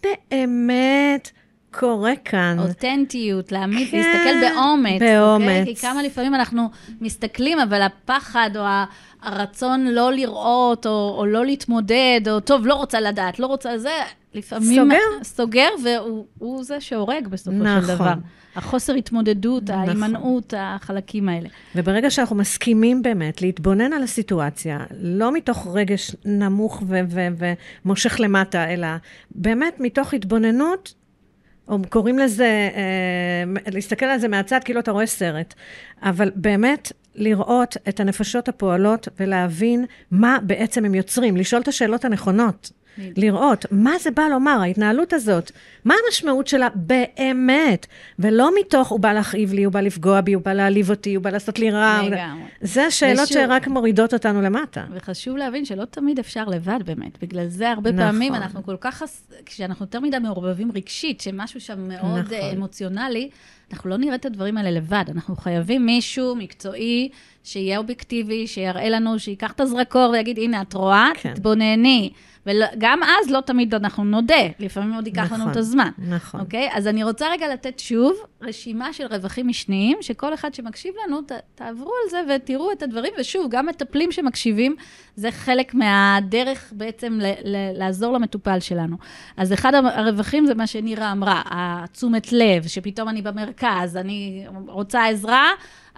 באמת קורה כאן. אותנטיות, להעמיד, כן, להסתכל באומץ. באומץ. Okay? כי כמה לפעמים אנחנו מסתכלים, אבל הפחד או הרצון לא לראות, או, או לא להתמודד, או טוב, לא רוצה לדעת, לא רוצה זה, לפעמים סוגר, סוגר והוא הוא זה שהורג בסופו נכון. של דבר. החוסר התמודדות, נכון. ההימנעות, החלקים האלה. וברגע שאנחנו מסכימים באמת להתבונן על הסיטואציה, לא מתוך רגש נמוך ו- ו- ומושך למטה, אלא באמת מתוך התבוננות, או קוראים לזה, אה, להסתכל על זה מהצד, כאילו אתה רואה סרט. אבל באמת לראות את הנפשות הפועלות ולהבין מה בעצם הם יוצרים, לשאול את השאלות הנכונות. לראות מה זה בא לומר, ההתנהלות הזאת, מה המשמעות שלה באמת, ולא מתוך הוא בא להכאיב לי, הוא בא לפגוע בי, הוא בא להעליב אותי, הוא בא לעשות לי רע. זה השאלות ושוב, שרק מורידות אותנו למטה. וחשוב להבין שלא תמיד אפשר לבד באמת, בגלל זה הרבה נכון. פעמים אנחנו כל כך, כשאנחנו יותר מדי מעורבבים רגשית, שמשהו שם מאוד נכון. אמוציונלי, אנחנו לא נראה את הדברים האלה לבד, אנחנו חייבים מישהו מקצועי, שיהיה אובייקטיבי, שיראה לנו, שיקח את הזרקור ויגיד, הנה, את רואה, כן. תתבונני. וגם אז לא תמיד אנחנו נודה, לפעמים עוד ייקח נכון, לנו את הזמן. נכון. אוקיי? אז אני רוצה רגע לתת שוב רשימה של רווחים משניים, שכל אחד שמקשיב לנו, ת, תעברו על זה ותראו את הדברים, ושוב, גם מטפלים שמקשיבים, זה חלק מהדרך בעצם ל, ל, לעזור למטופל שלנו. אז אחד הרווחים זה מה שנירה אמרה, התשומת לב, שפתאום אני במרכז, אני רוצה עזרה,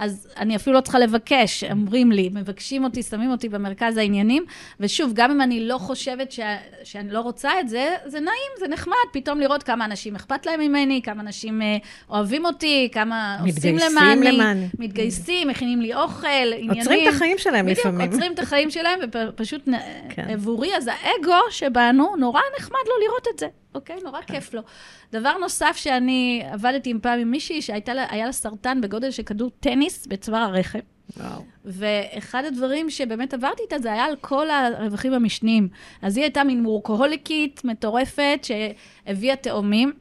אז אני אפילו לא צריכה לבקש, אומרים לי, מבקשים אותי, שמים אותי במרכז העניינים, ושוב, גם אם אני לא חושבת ש... שאני לא רוצה את זה, זה נעים, זה נחמד, פתאום לראות כמה אנשים אכפת להם ממני, כמה אנשים אוהבים אותי, כמה עושים למעני, למעני. מתגייסים, מכינים לי אוכל, עניינים. עוצרים את החיים שלהם בדיוק, לפעמים. בדיוק, עוצרים את החיים שלהם, ופשוט כן. עבורי, אז האגו שבנו, נורא נחמד לו לראות את זה. אוקיי? נורא כן. כיף לו. דבר נוסף שאני עבדתי עם פעם עם מישהי, שהיה לה סרטן בגודל של כדור טניס בצוואר הרחם. וואו. ואחד הדברים שבאמת עברתי איתה, זה היה על כל הרווחים המשניים. אז היא הייתה מין מורקוהוליקית, מטורפת, שהביאה תאומים,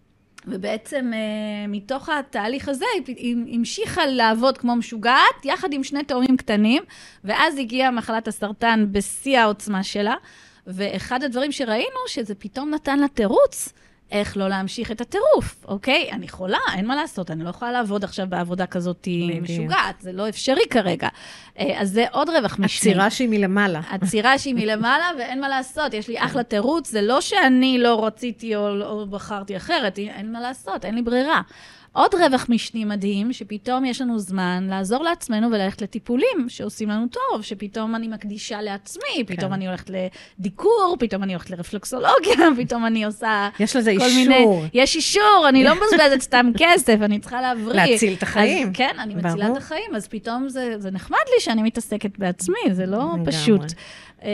ובעצם מתוך התהליך הזה, היא המשיכה לעבוד כמו משוגעת, יחד עם שני תאומים קטנים, ואז הגיעה מחלת הסרטן בשיא העוצמה שלה, ואחד הדברים שראינו, שזה פתאום נתן לה תירוץ, איך לא להמשיך את הטירוף, אוקיי? אני חולה, אין מה לעשות, אני לא יכולה לעבוד עכשיו בעבודה כזאת משוגעת, זה לא אפשרי כרגע. אז זה עוד רווח משני. הצירה שהיא מלמעלה. הצירה שהיא מלמעלה, ואין מה לעשות, יש לי אחלה תירוץ, זה לא שאני לא רציתי או, או בחרתי אחרת, אין מה לעשות, אין לי ברירה. עוד רווח משני מדהים, שפתאום יש לנו זמן לעזור לעצמנו וללכת לטיפולים שעושים לנו טוב, שפתאום אני מקדישה לעצמי, פתאום כן. אני הולכת לדיקור, פתאום אני הולכת לרפלקסולוגיה, פתאום אני עושה יש לזה כל אישור. מיני... יש אישור, אני לא מבזבזת סתם כסף, אני צריכה להבריא. להציל את החיים. אז, כן, אני מצילה ברור. את החיים, אז פתאום זה, זה נחמד לי שאני מתעסקת בעצמי, זה לא לגמרי. פשוט. Uh,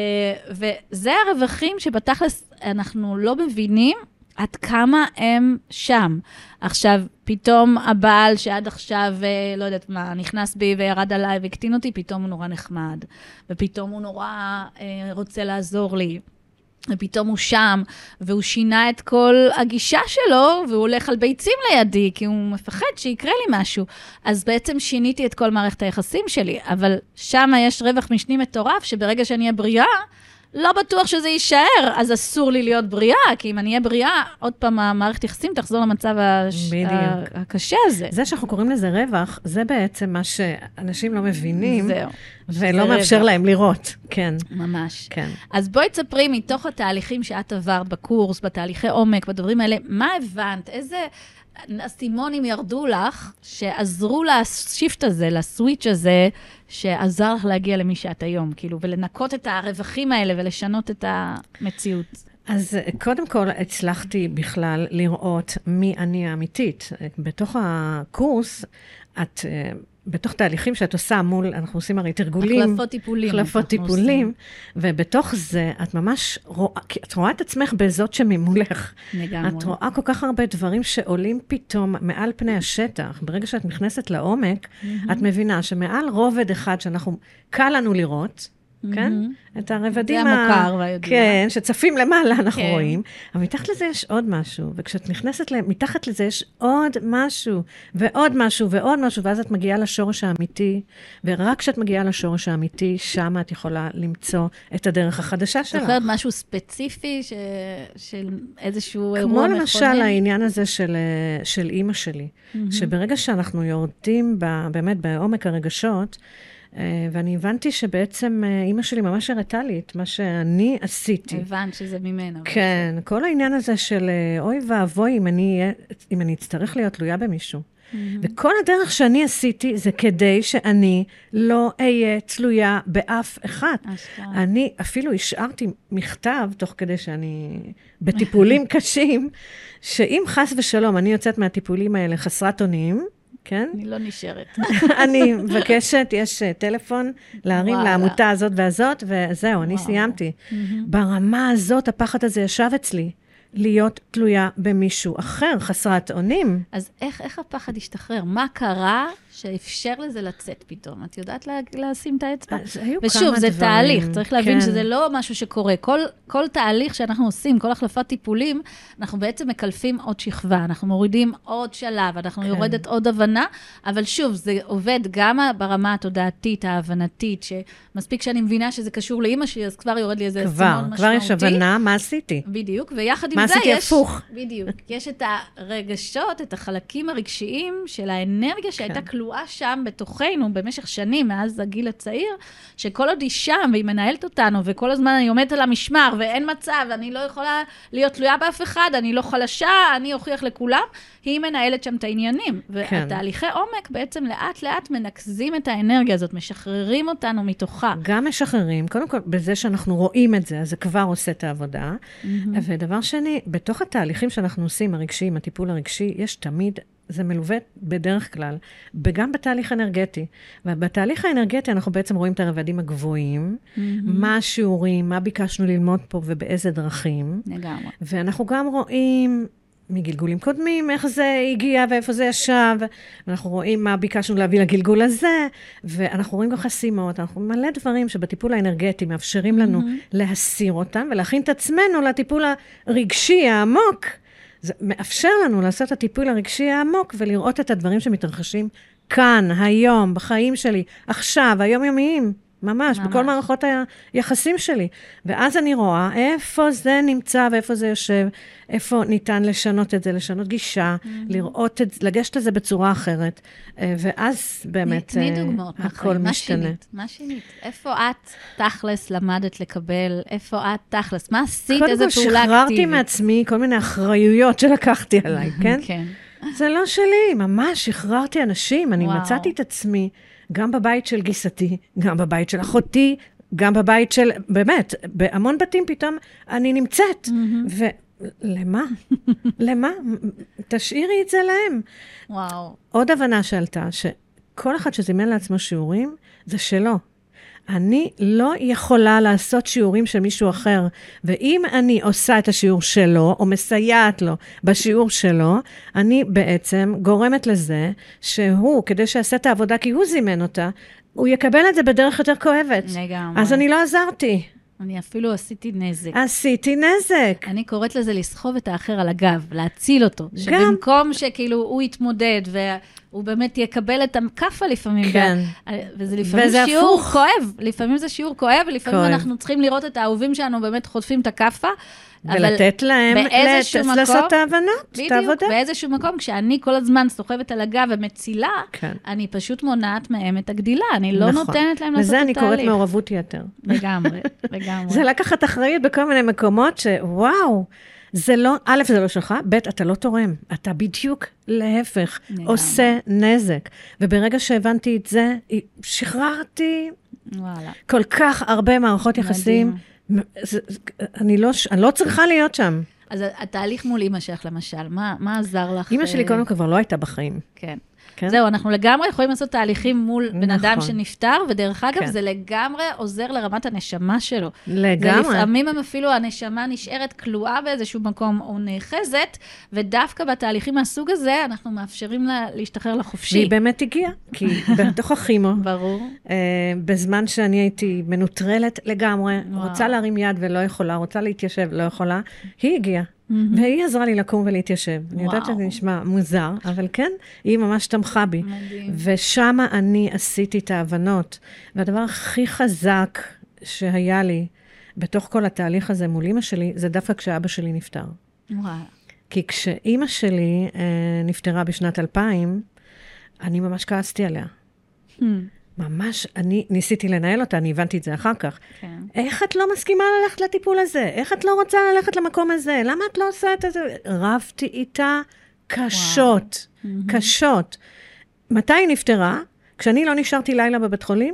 וזה הרווחים שבתכלס אנחנו לא מבינים, עד כמה הם שם. עכשיו, פתאום הבעל שעד עכשיו, לא יודעת מה, נכנס בי וירד עליי והקטין אותי, פתאום הוא נורא נחמד, ופתאום הוא נורא אה, רוצה לעזור לי, ופתאום הוא שם, והוא שינה את כל הגישה שלו, והוא הולך על ביצים לידי, כי הוא מפחד שיקרה לי משהו. אז בעצם שיניתי את כל מערכת היחסים שלי, אבל שם יש רווח משני מטורף, שברגע שאני אהיה בריאה, לא בטוח שזה יישאר, אז אסור לי להיות בריאה, כי אם אני אהיה בריאה, עוד פעם המערכת יחסים תחזור למצב הש... הקשה הזה. זה שאנחנו קוראים לזה רווח, זה בעצם מה שאנשים לא מבינים, זהו. ולא מאפשר רווח. להם לראות. כן. ממש. כן. אז בואי תספרי מתוך התהליכים שאת עברת בקורס, בתהליכי עומק, בדברים האלה, מה הבנת? איזה הסימונים ירדו לך, שעזרו לשיפט הזה, לסוויץ' הזה, שעזר לך להגיע למי שאת היום, כאילו, ולנקות את הרווחים האלה, ולשנות את המציאות. אז קודם כל, הצלחתי בכלל לראות מי אני האמיתית. בתוך הקורס, את... בתוך תהליכים שאת עושה מול, אנחנו עושים הרי תרגולים. החלפות טיפולים. החלפות טיפולים, ובתוך זה את ממש רואה, את רואה את עצמך בזאת שממולך. לגמרי. את רואה כל כך הרבה דברים שעולים פתאום מעל פני השטח. ברגע שאת נכנסת לעומק, את מבינה שמעל רובד אחד שאנחנו, קל לנו לראות, כן? את הרבדים זה המוכר והידוע. כן, שצפים למעלה אנחנו רואים, אבל מתחת לזה יש עוד משהו, וכשאת נכנסת מתחת לזה יש עוד משהו, ועוד משהו, ועוד משהו, ואז את מגיעה לשורש האמיתי, ורק כשאת מגיעה לשורש האמיתי, שם את יכולה למצוא את הדרך החדשה שלך. זוכרת משהו ספציפי של איזשהו אירוע מכונן? מכונן? כמו למשל העניין הזה של, של אימא שלי, שברגע שאנחנו יורדים באמת בעומק הרגשות, ואני הבנתי שבעצם אימא שלי ממש הראתה לי את מה שאני עשיתי. הבנת שזה ממנה. כן, כל העניין הזה של אוי ואבוי אם אני, אם אני אצטרך להיות תלויה במישהו. וכל הדרך שאני עשיתי זה כדי שאני לא אהיה תלויה באף אחד. אני אפילו השארתי מכתב, תוך כדי שאני בטיפולים קשים, שאם חס ושלום אני יוצאת מהטיפולים האלה חסרת אונים, כן? אני לא נשארת. אני מבקשת, יש טלפון להרים לעמותה הזאת והזאת, וזהו, אני סיימתי. ברמה הזאת, הפחד הזה ישב אצלי, להיות תלויה במישהו אחר, חסרת אונים. אז איך, איך הפחד השתחרר? מה קרה שאפשר לזה לצאת פתאום? את יודעת לה, לשים את האצבע? ושוב, זה דברים. תהליך, צריך להבין כן. שזה לא משהו שקורה. כל, כל תהליך שאנחנו עושים, כל החלפת טיפולים, אנחנו בעצם מקלפים עוד שכבה, אנחנו מורידים עוד שלב, אנחנו כן. יורדת עוד הבנה, אבל שוב, זה עובד גם ברמה התודעתית, ההבנתית, שמספיק שאני מבינה שזה קשור לאמא שלי, אז כבר יורד לי איזה סימון משמעותי. כבר יש הבנה, מה עשיתי? בדיוק, ויחד עם מה זה עשיתי יש... הפוך. בדיוק, יש את הרגשות, את החלקים הרגשיים של האנרגיה שהייתה כלואה כלואה שם בתוכנו, במשך שנים, מאז הגיל הצעיר, שכל עוד היא שם, והיא מנהלת אותנו, וכל הזמן אני עומדת על המשמר, ואין מצב, אני לא יכולה להיות תלויה באף אחד, אני לא חלשה, אני אוכיח לכולם, היא מנהלת שם את העניינים. כן. והתהליכי עומק בעצם לאט לאט מנקזים את האנרגיה הזאת, משחררים אותנו מתוכה. גם משחררים, קודם כל, בזה שאנחנו רואים את זה, אז זה כבר עושה את העבודה. Mm-hmm. ודבר שני, בתוך התהליכים שאנחנו עושים, הרגשיים, הטיפול הרגשי, יש תמיד, זה מלווה בדרך כלל, וגם בתהליך אנרגטי. ובתהליך האנרגטי אנחנו בעצם רואים את הרבדים הגבוהים, mm-hmm. מה השיעורים, מה ביקשנו ללמוד פה ובאיזה דרכים. לגמרי. ואנחנו גם רואים מגלגולים קודמים, איך זה הגיע ואיפה זה ישב, ואנחנו רואים מה ביקשנו להביא לגלגול הזה, ואנחנו רואים גם חסימות, אנחנו מלא דברים שבטיפול האנרגטי מאפשרים לנו mm-hmm. להסיר אותם, ולהכין את עצמנו לטיפול הרגשי העמוק, זה מאפשר לנו לעשות את הטיפול הרגשי העמוק, ולראות את הדברים שמתרחשים כאן, היום, בחיים שלי, עכשיו, היומיומיים. ממש, ממש, בכל מערכות היחסים שלי. ואז אני רואה איפה זה נמצא ואיפה זה יושב, איפה ניתן לשנות את זה, לשנות גישה, mm-hmm. לראות את זה, לגשת את זה בצורה אחרת, ואז באמת תני דוגמאות, הכל מה משתנה. שינית? מה שינית? איפה את תכלס למדת לקבל? איפה את תכלס? מה עשית? איזה פעולה אקטיבית? קודם כל שחררתי מעצמי כל מיני אחריויות שלקחתי עליי, כן? כן. זה לא שלי, ממש שחררתי אנשים, אני וואו. מצאתי את עצמי, גם בבית של גיסתי, גם בבית של אחותי, גם בבית של, באמת, בהמון בתים פתאום אני נמצאת. Mm-hmm. ולמה? למה? תשאירי את זה להם. וואו. עוד הבנה שעלתה, שכל אחד שזימן לעצמו שיעורים, זה שלו. אני לא יכולה לעשות שיעורים של מישהו אחר, ואם אני עושה את השיעור שלו, או מסייעת לו בשיעור שלו, אני בעצם גורמת לזה שהוא, כדי שיעשה את העבודה, כי הוא זימן אותה, הוא יקבל את זה בדרך יותר כואבת. לגמרי. אז אני לא עזרתי. אני אפילו עשיתי נזק. עשיתי נזק. אני קוראת לזה לסחוב את האחר על הגב, להציל אותו. גם. שבמקום שכאילו הוא יתמודד, והוא באמת יקבל את הכפה לפעמים. כן. וזה לפעמים וזה שיעור הפוך. כואב. לפעמים זה שיעור כואב, ולפעמים כואב. אנחנו צריכים לראות את האהובים שלנו באמת חוטפים את הכפה. ולתת להם, לעשות את ההבנות, את העבודה. בדיוק, באיזשהו מקום, כשאני כל הזמן סוחבת על הגב ומצילה, אני פשוט מונעת מהם את הגדילה, אני לא נותנת להם לעשות את התהליך. וזה אני קוראת מעורבות יתר. לגמרי, לגמרי. זה לקחת אחריות בכל מיני מקומות שוואו, זה לא, א', זה לא שלך, ב', אתה לא תורם, אתה בדיוק להפך, עושה נזק. וברגע שהבנתי את זה, שחררתי כל כך הרבה מערכות יחסים, זה, אני, לא, אני לא צריכה להיות שם. אז התהליך מול אמא שלך, למשל, מה, מה עזר לך? אמא שלי קודם כבר לא הייתה בחיים. כן. כן? זהו, אנחנו לגמרי יכולים לעשות תהליכים מול בן נכון. אדם שנפטר, ודרך אגב, כן. זה לגמרי עוזר לרמת הנשמה שלו. לגמרי. זה לפעמים הם אפילו, הנשמה נשארת כלואה באיזשהו מקום, או נאחזת, ודווקא בתהליכים מהסוג הזה, אנחנו מאפשרים לה להשתחרר לחופשי. והיא באמת הגיעה, כי בתוך הכימו, ברור. אה, בזמן שאני הייתי מנוטרלת לגמרי, וואו. רוצה להרים יד ולא יכולה, רוצה להתיישב, לא יכולה, היא הגיעה. Mm-hmm. והיא עזרה לי לקום ולהתיישב. וואו. אני יודעת שזה נשמע מוזר, אבל כן, היא ממש תמכה בי. מדהים. ושמה אני עשיתי את ההבנות. והדבר הכי חזק שהיה לי, בתוך כל התהליך הזה מול אמא שלי, זה דווקא כשאבא שלי נפטר. וואו. כי כשאמא שלי אה, נפטרה בשנת אלפיים, אני ממש כעסתי עליה. Hmm. ממש, אני ניסיתי לנהל אותה, אני הבנתי את זה אחר כך. כן. איך את לא מסכימה ללכת לטיפול הזה? איך את לא רוצה ללכת למקום הזה? למה את לא עושה את זה? רבתי איתה קשות, וואו. קשות. מתי היא נפטרה? כשאני לא נשארתי לילה בבית חולים,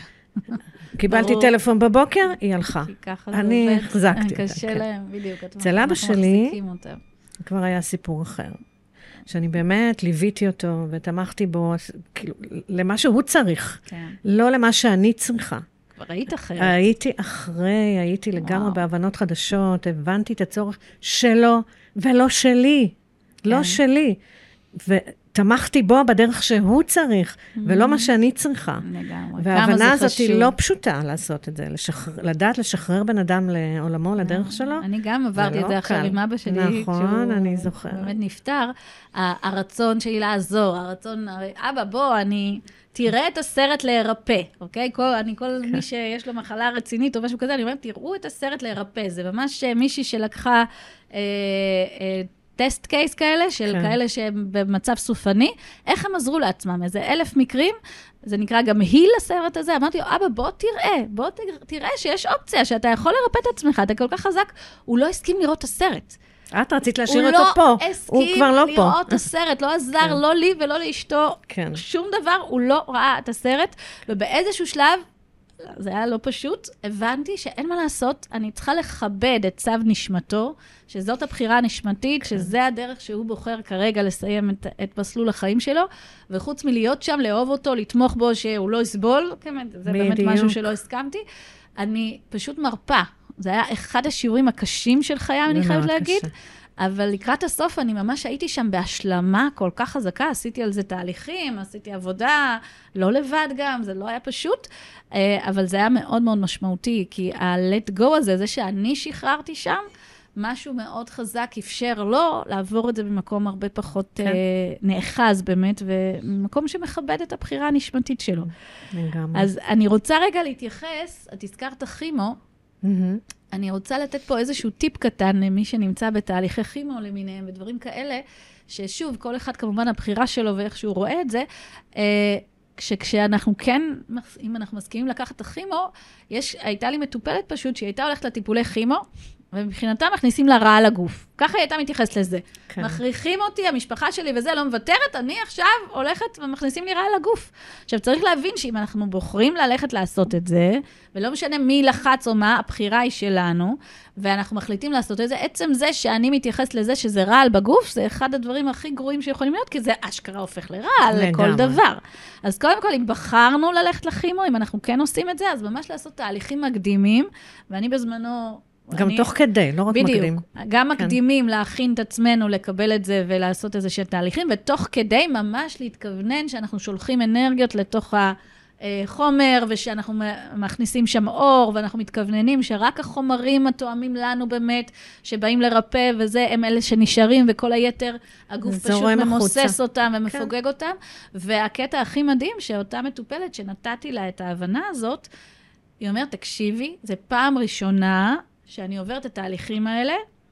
קיבלתי טלפון בבוקר, היא הלכה. אני החזקתי אותה. קשה להם, בדיוק. אצל אבא שלי, כבר היה סיפור אחר. שאני באמת ליוויתי אותו ותמכתי בו, כאילו, למה שהוא צריך, כן. לא למה שאני צריכה. כבר היית אחרת. הייתי אחרי, הייתי וואו. לגמרי בהבנות חדשות, הבנתי את הצורך שלו ולא שלי, כן. לא שלי. ותמכתי בו בדרך שהוא צריך, mm-hmm. ולא מה שאני צריכה. לגמרי. וההבנה הזאת היא לא פשוטה לעשות את זה, לשחר, לדעת לשחרר בן אדם לעולמו, לדרך שלו. אני גם עברתי את זה עכשיו עם אבא שלי, נכון, אני זוכרת. באמת נפטר, הרצון שלי לעזור, הרצון, אבא, בוא, אני... תראה את הסרט להירפא, אוקיי? כל, אני כל okay. מי שיש לו מחלה רצינית או משהו כזה, אני אומרת, תראו את הסרט להירפא. זה ממש מישהי שלקחה... אה, אה, טסט קייס כאלה, של כן. כאלה שהם במצב סופני, איך הם עזרו לעצמם? איזה אלף מקרים, זה נקרא גם היל הסרט הזה, אמרתי לו, אבא, בוא תראה, בוא תראה שיש אופציה, שאתה יכול לרפא את עצמך, אתה כל כך חזק, הוא לא הסכים לראות את הסרט. את רצית להשאיר אותו פה, הוא כבר לא פה. הוא לא הסכים לראות את הסרט, לא עזר, לא לי ולא לאשתו, שום דבר, הוא לא ראה את הסרט, ובאיזשהו שלב, זה היה לא פשוט, הבנתי שאין מה לעשות, אני צריכה לכבד את צו נשמתו, שזאת הבחירה הנשמתית, שזה הדרך שהוא בוחר כרגע לסיים את, את מסלול החיים שלו, וחוץ מלהיות שם, לאהוב אותו, לתמוך בו, שהוא לא יסבול, זה באמת משהו שלא הסכמתי, אני פשוט מרפה. זה היה אחד השיעורים הקשים של חיי, אני חייבת להגיד, אבל לקראת הסוף אני ממש הייתי שם בהשלמה כל כך חזקה, עשיתי על זה תהליכים, עשיתי עבודה, לא לבד גם, זה לא היה פשוט, אבל זה היה מאוד מאוד משמעותי, כי ה-let go הזה, זה שאני שחררתי שם, משהו מאוד חזק אפשר לו לעבור את זה במקום הרבה פחות כן. נאחז באמת, ומקום שמכבד את הבחירה הנשמתית שלו. לגמרי. אז אני רוצה רגע להתייחס, את הזכרת כימו, mm-hmm. אני רוצה לתת פה איזשהו טיפ קטן למי שנמצא בתהליכי כימו למיניהם ודברים כאלה, ששוב, כל אחד כמובן הבחירה שלו ואיך שהוא רואה את זה, כשאנחנו כן, אם אנחנו מסכימים לקחת את הכימו, יש, הייתה לי מטופלת פשוט שהיא הייתה הולכת לטיפולי כימו, ובבחינתה מכניסים לה רעה לגוף. ככה היא הייתה מתייחסת לזה. כן. מכריחים אותי, המשפחה שלי וזה לא מוותרת, אני עכשיו הולכת ומכניסים לי רעה לגוף. עכשיו, צריך להבין שאם אנחנו בוחרים ללכת לעשות את זה, ולא משנה מי לחץ או מה, הבחירה היא שלנו, ואנחנו מחליטים לעשות את זה, עצם זה שאני מתייחסת לזה שזה רעל בגוף, זה אחד הדברים הכי גרועים שיכולים להיות, כי זה אשכרה הופך לרעל לכל דבר. אז קודם כל, אם בחרנו ללכת לכימו, אם אנחנו כן עושים את זה, אז ממש לעשות תהליכים מקדימים, ואני בזמנו גם תוך כדי, לא רק מקדים. בדיוק, גם מקדימים להכין את עצמנו, לקבל את זה ולעשות איזה שהם תהליכים, ותוך כדי ממש להתכוונן שאנחנו שולחים אנרגיות לתוך החומר, ושאנחנו מכניסים שם אור, ואנחנו מתכווננים שרק החומרים התואמים לנו באמת, שבאים לרפא וזה, הם אלה שנשארים, וכל היתר, הגוף פשוט ממוסס אותם ומפוגג אותם. והקטע הכי מדהים, שאותה מטופלת שנתתי לה את ההבנה הזאת, היא אומרת, תקשיבי, זה פעם ראשונה, שאני עוברת את התהליכים האלה,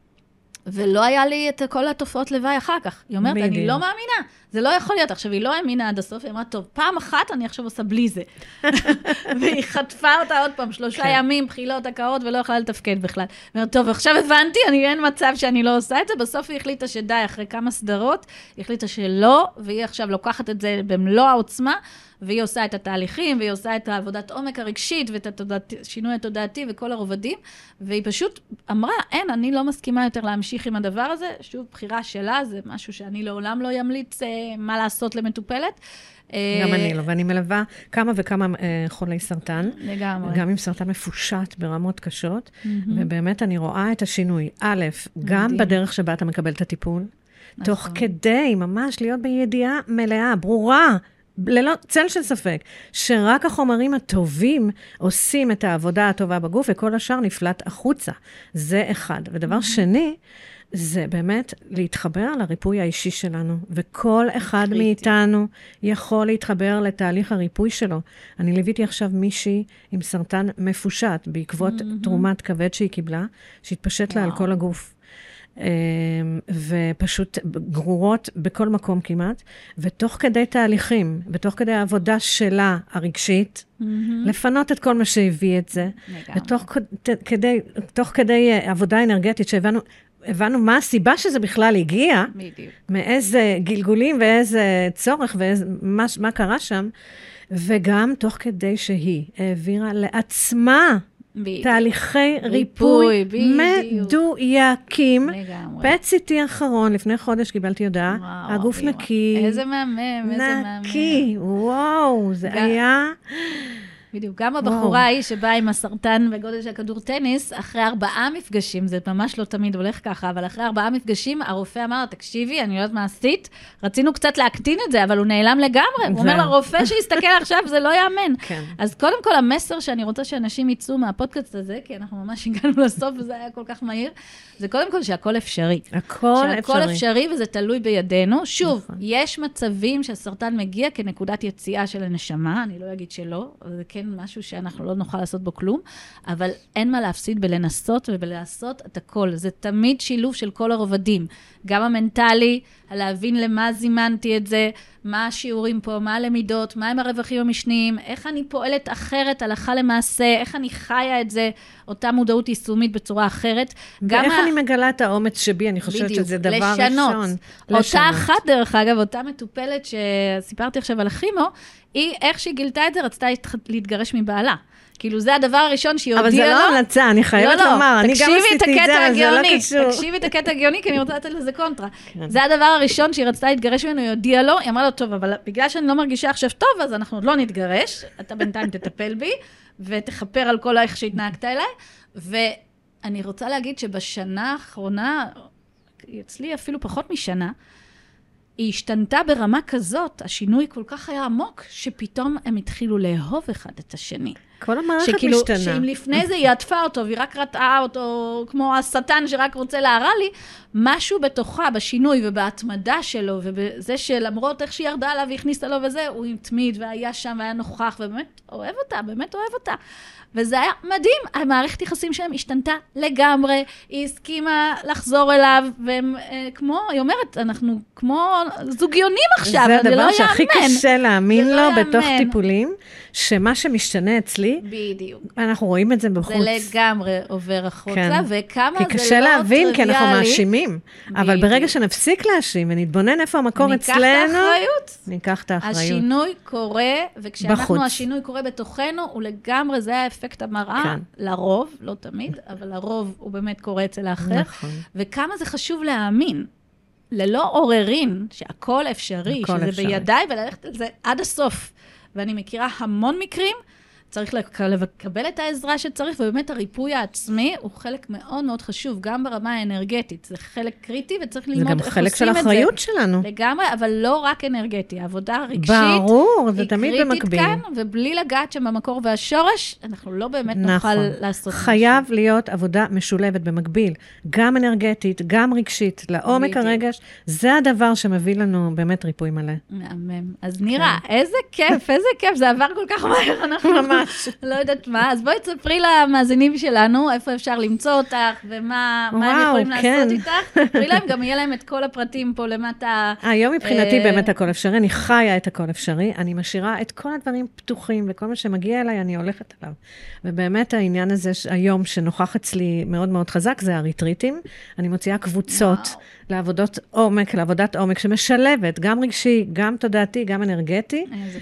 ולא היה לי את כל התופעות לוואי אחר כך. היא אומרת, אני לא מאמינה, זה לא יכול להיות. עכשיו, היא לא האמינה עד הסוף, היא אמרה, טוב, פעם אחת אני עכשיו עושה בלי זה. והיא חטפה אותה עוד פעם, שלושה ימים, בחילות, הקאות, ולא יכולה לתפקד בכלל. היא אומרת, טוב, עכשיו הבנתי, אני אין מצב שאני לא עושה את זה, בסוף היא החליטה שדי, אחרי כמה סדרות, היא החליטה שלא, והיא עכשיו לוקחת את זה במלוא העוצמה, והיא עושה את התהליכים, והיא עושה את העבודת עומק הרגשית, ואת השינוי התודעתי וכל הרובדים, והיא פשוט אמרה, אין, אני לא מסכימה יותר להמשיך עם הדבר הזה, שוב, בחירה שלה, זה משהו שאני לעולם לא ימליץ אה, מה לעשות למטופלת. גם אני לא, ואני מלווה כמה וכמה אה, חולי סרטן, לגמרי. גם עם סרטן מפושט ברמות קשות, mm-hmm. ובאמת אני רואה את השינוי, א', גם מדהים. בדרך שבה אתה מקבל את הטיפול, נכון. תוך כדי ממש להיות בידיעה מלאה, ברורה, ללא צל של ספק, שרק החומרים הטובים עושים את העבודה הטובה בגוף, וכל השאר נפלט החוצה. זה אחד. ודבר שני, זה באמת להתחבר לריפוי האישי שלנו, וכל אחד מאיתנו יכול להתחבר לתהליך הריפוי שלו. אני ליוויתי עכשיו מישהי עם סרטן מפושט, בעקבות תרומת כבד שהיא קיבלה, שהתפשט לה על כל הגוף. ופשוט גרורות בכל מקום כמעט, ותוך כדי תהליכים, ותוך כדי העבודה שלה הרגשית, לפנות את כל מה שהביא את זה, ותוך כדי, תוך כדי עבודה אנרגטית שהבנו, הבנו מה הסיבה שזה בכלל הגיע, מאיזה גלגולים ואיזה צורך ומה מה קרה שם, וגם תוך כדי שהיא העבירה לעצמה, בדיוק. תהליכי ריפוי, ריפוי מדויקים. פט-סיטי האחרון, לפני חודש קיבלתי הודעה, וואו, הגוף וואו. נקי. איזה מהמם, איזה מהמם. נקי, וואו, זה גם, היה... בדיוק, גם הבחורה ההיא שבאה עם הסרטן בגודל של כדור טניס, אחרי ארבעה מפגשים, זה ממש לא תמיד הולך ככה, אבל אחרי ארבעה מפגשים, הרופא אמר, תקשיבי, אני לא יודעת מה עשית, רצינו קצת להקטין את זה, אבל הוא נעלם לגמרי. הוא אומר לרופא שיסתכל עכשיו, זה לא יאמן. אז קודם כל, המסר שאני רוצה שאנשים יצאו מהפודקאסט הזה, כי אנחנו ממש הגענו לסוף, וזה היה כל כך מהיר, זה קודם כל שהכל אפשרי. הכל אפשרי. שהכל אפשרי, וזה תלוי בידינו. שוב, יש מצבים שהסרטן מגיע כנקודת יציאה של הנשמה, אני לא אגיד שלא, זה כן כן, משהו שאנחנו לא נוכל לעשות בו כלום, אבל אין מה להפסיד בלנסות ובלעשות את הכל. זה תמיד שילוב של כל הרובדים. גם המנטלי, להבין למה זימנתי את זה, מה השיעורים פה, מה הלמידות, מה הם הרווחים המשניים, איך אני פועלת אחרת, הלכה למעשה, איך אני חיה את זה, אותה מודעות יישומית בצורה אחרת. ואיך ה... אני מגלה את האומץ שבי, אני חושבת בדיוק, שזה דבר לשנות. ראשון. אותה לשנות. אחת, דרך אגב, אותה מטופלת שסיפרתי עכשיו על הכימו, היא, איך שהיא גילתה את זה, רצתה להתגרש מבעלה. כאילו, זה הדבר הראשון שהיא הודיעה לו. אבל זה לא המלצה, אני חייבת לומר, אני גם עשיתי את זה, אבל זה לא קשור. תקשיבי את הקטע הגאוני, כי אני רוצה לתת לזה קונטרה. זה הדבר הראשון שהיא רצתה להתגרש ממנו, היא הודיעה לו, היא אמרה לו, טוב, אבל בגלל שאני לא מרגישה עכשיו טוב, אז אנחנו עוד לא נתגרש, אתה בינתיים תטפל בי, ותחפר על כל איך שהתנהגת אליי, ואני רוצה להגיד שבשנה האחרונה, אצלי אפילו פחות משנה, היא השתנתה ברמה כזאת, השינוי כל כך היה עמוק, שפתאום הם התחילו לאהוב אחד את השני. כל המערכת שכאילו, משתנה. שאם לפני זה היא עטפה אותו, והיא רק רטעה אותו, כמו השטן שרק רוצה להרע לי, משהו בתוכה, בשינוי ובהתמדה שלו, ובזה שלמרות איך שהיא ירדה עליו והכניסה לו וזה, הוא התמיד והיה שם והיה נוכח, ובאמת אוהב אותה, באמת אוהב אותה. וזה היה מדהים, המערכת יחסים שלהם השתנתה לגמרי, היא הסכימה לחזור אליו, והם כמו, היא אומרת, אנחנו כמו זוגיונים עכשיו, זה לא יאמן. זה הדבר שהכי קשה להאמין לו בתוך טיפולים, שמה שמשתנה אצלי, בדיוק. אנחנו רואים את זה בחוץ. זה לגמרי עובר החוצה, וכמה זה לא טריוויאלי. כי קשה להבין, כי אנחנו מאשימים. אבל ברגע שנפסיק להאשים, ונתבונן איפה המקור אצלנו, ניקח את האחריות. ניקח את האחריות. השינוי קורה, וכשאנחנו השינוי קורה בתוכנו, הוא לגמרי, זה האפקט המראה, לרוב, לא תמיד, אבל לרוב הוא באמת קורה אצל האחר. וכמה זה חשוב להאמין. ללא עוררין, שהכל אפשרי, שזה בידיי, וללכת על זה עד הסוף. ואני מכירה המון מקרים, צריך לקבל את העזרה שצריך, ובאמת הריפוי העצמי הוא חלק מאוד מאוד חשוב, גם ברמה האנרגטית. זה חלק קריטי, וצריך ללמוד איך עושים את זה. זה גם חלק של האחריות שלנו. לגמרי, אבל לא רק אנרגטי. העבודה הרגשית ברור, זה תמיד במקביל. היא קריטית כאן, ובלי לגעת שם במקור והשורש, אנחנו לא באמת נוכל לעשות משהו. חייב להיות עבודה משולבת במקביל, גם אנרגטית, גם רגשית, לעומק הרגש. זה הדבר שמביא לנו באמת ריפוי מלא. מהמם. אז נירה, איזה כיף, איזה כיף, זה עבר כל כך מהר, אנחנו ממש. לא יודעת מה, אז בואי תספרי למאזינים שלנו, איפה אפשר למצוא אותך, ומה הם יכולים לעשות איתך. תספרי להם, גם יהיה להם את כל הפרטים פה למטה. היום מבחינתי באמת הכל אפשרי, אני חיה את הכל אפשרי, אני משאירה את כל הדברים פתוחים, וכל מה שמגיע אליי, אני הולכת עליו. ובאמת העניין הזה היום שנוכח אצלי מאוד מאוד חזק, זה הריטריטים. אני מוציאה קבוצות לעבודות עומק, לעבודת עומק, שמשלבת, גם רגשי, גם תודעתי, גם אנרגטי.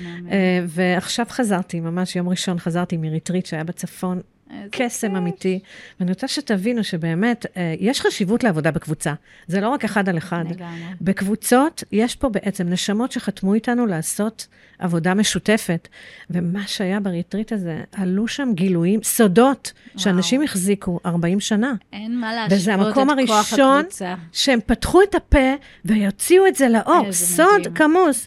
ועכשיו חזרתי, ממש יום ראשון חזרתי מריטריט שהיה בצפון, קסם אמיתי, ואני רוצה שתבינו שבאמת יש חשיבות לעבודה בקבוצה. זה לא רק אחד על אחד. בקבוצות יש פה בעצם נשמות שחתמו איתנו לעשות עבודה משותפת, ומה שהיה בריטריט הזה, עלו שם גילויים, סודות, שאנשים החזיקו ארבעים שנה. אין מה להשוות וזה המקום הראשון שהם פתחו את הפה ויוציאו את זה לאור, סוד כמוס.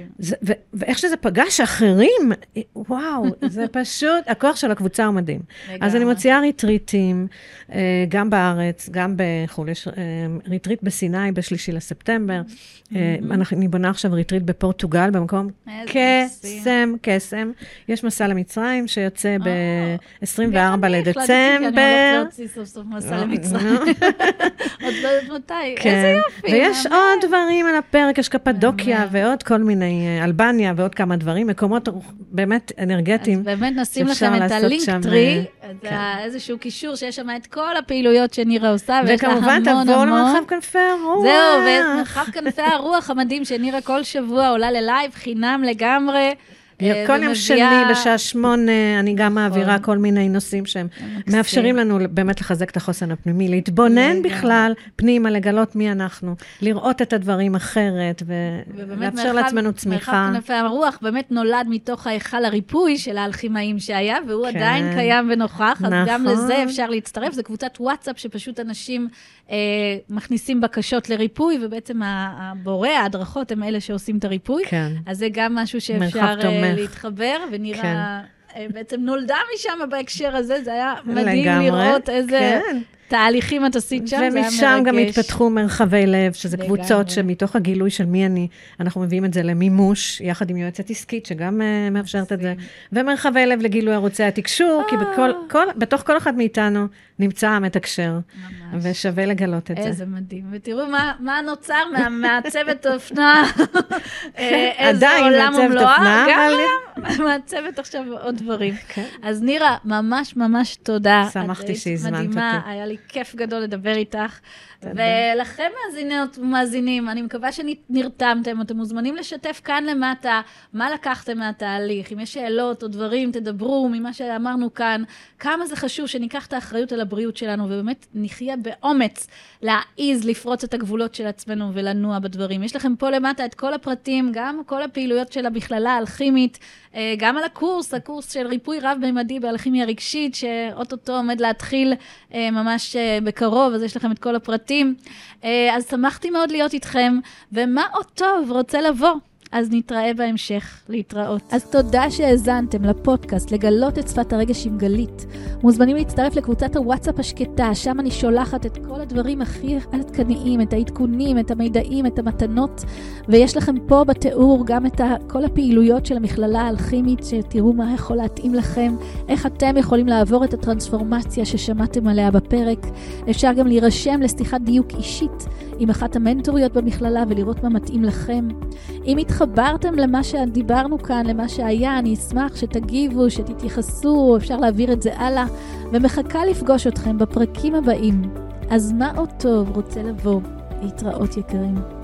ואיך שזה פגש אחרים, וואו, זה פשוט, הכוח של הקבוצה הוא מדהים. אז אני מוציאה ריטריטים, גם בארץ, גם בחול, יש ריטריט בסיני בשלישי לספטמבר, אני בונה עכשיו ריטריט בפורטוגל, במקום קסם, קסם. יש מסע למצרים שיוצא ב-עשרים וארבעה לדצמבר. אני הולכת להוציא סוף סוף מסע למצרים. עוד לא יודעת מתי. איזה יופי. ויש עוד דברים על הפרק, יש קפדוקיה ועוד כל מיני, אלבניה ועוד כמה דברים, מקומות באמת אנרגטיים. אז באמת נשים לכם את הלינק טרי, איזשהו קישור שיש שם את כל הפעילויות שנירה עושה, ויש לה המון המון. וכמובן תבואו למרחב כנפי הרוח. זהו, ומרחב כנפי הרוח המדהים שנירה כל שבוע עולה ללייב, חינם לגמרי. כל יום שני בשעה שמונה, אני גם מעבירה כל מיני נושאים שהם מאפשרים לנו באמת לחזק את החוסן הפנימי, להתבונן בכלל פנימה, לגלות מי אנחנו, לראות את הדברים אחרת, ולאפשר לעצמנו צמיחה. מרחב כנפי הרוח באמת נולד מתוך ההיכל הריפוי של האלכימאים שהיה, והוא עדיין קיים ונוכח, אז גם לזה אפשר להצטרף. זו קבוצת וואטסאפ שפשוט אנשים מכניסים בקשות לריפוי, ובעצם הבורא, ההדרכות, הם אלה שעושים את הריפוי. אז זה גם משהו שאפשר להתחבר, ונראה, בעצם נולדה משם בהקשר הזה, זה היה מדהים לראות איזה תהליכים את עשית שם, זה היה מרגש. ומשם גם התפתחו מרחבי לב, שזה קבוצות שמתוך הגילוי של מי אני, אנחנו מביאים את זה למימוש, יחד עם יועצת עסקית, שגם מאפשרת את זה, ומרחבי לב לגילוי ערוצי התקשור, כי בתוך כל אחד מאיתנו נמצא המתקשר, ושווה לגלות את זה. איזה מדהים, ותראו מה נוצר מהצוות אופנה, איזה עולם ומלואה, גם מהצוות עכשיו עוד דברים. אז נירה, ממש ממש תודה. שמחתי שהזמנת אותי. מדהימה, היה לי כיף גדול לדבר איתך. ולכם מאזינות ומאזינים, אני מקווה שנרתמתם, אתם מוזמנים לשתף כאן למטה, מה לקחתם מהתהליך, אם יש שאלות או דברים, תדברו ממה שאמרנו כאן, כמה זה חשוב שניקח את האחריות על הבריאות שלנו, ובאמת נחיה באומץ להעיז לפרוץ את הגבולות של עצמנו ולנוע בדברים. יש לכם פה למטה את כל הפרטים, גם כל הפעילויות של המכללה האלכימית, גם על הקורס, הקורס של ריפוי רב-ממדי באלכימיה רגשית, שאוטוטו עומד להתחיל ממש בקרוב, אז יש לכם את כל הפרטים. אז שמחתי מאוד להיות איתכם, ומה עוד טוב רוצה לבוא? אז נתראה בהמשך, להתראות. אז תודה שהאזנתם לפודקאסט לגלות את שפת הרגש עם גלית. מוזמנים להצטרף לקבוצת הוואטסאפ השקטה, שם אני שולחת את כל הדברים הכי עדכניים, את העדכונים, את המידעים, את המתנות, ויש לכם פה בתיאור גם את כל הפעילויות של המכללה האלכימית, שתראו מה יכול להתאים לכם, איך אתם יכולים לעבור את הטרנספורמציה ששמעתם עליה בפרק. אפשר גם להירשם לשיחת דיוק אישית עם אחת המנטוריות במכללה ולראות מה מתאים לכם. אם התחברתם למה שדיברנו כאן, למה שהיה, אני אשמח שתגיבו, שתתייחסו, אפשר להעביר את זה הלאה, ומחכה לפגוש אתכם בפרקים הבאים. אז מה עוד טוב רוצה לבוא? להתראות יקרים.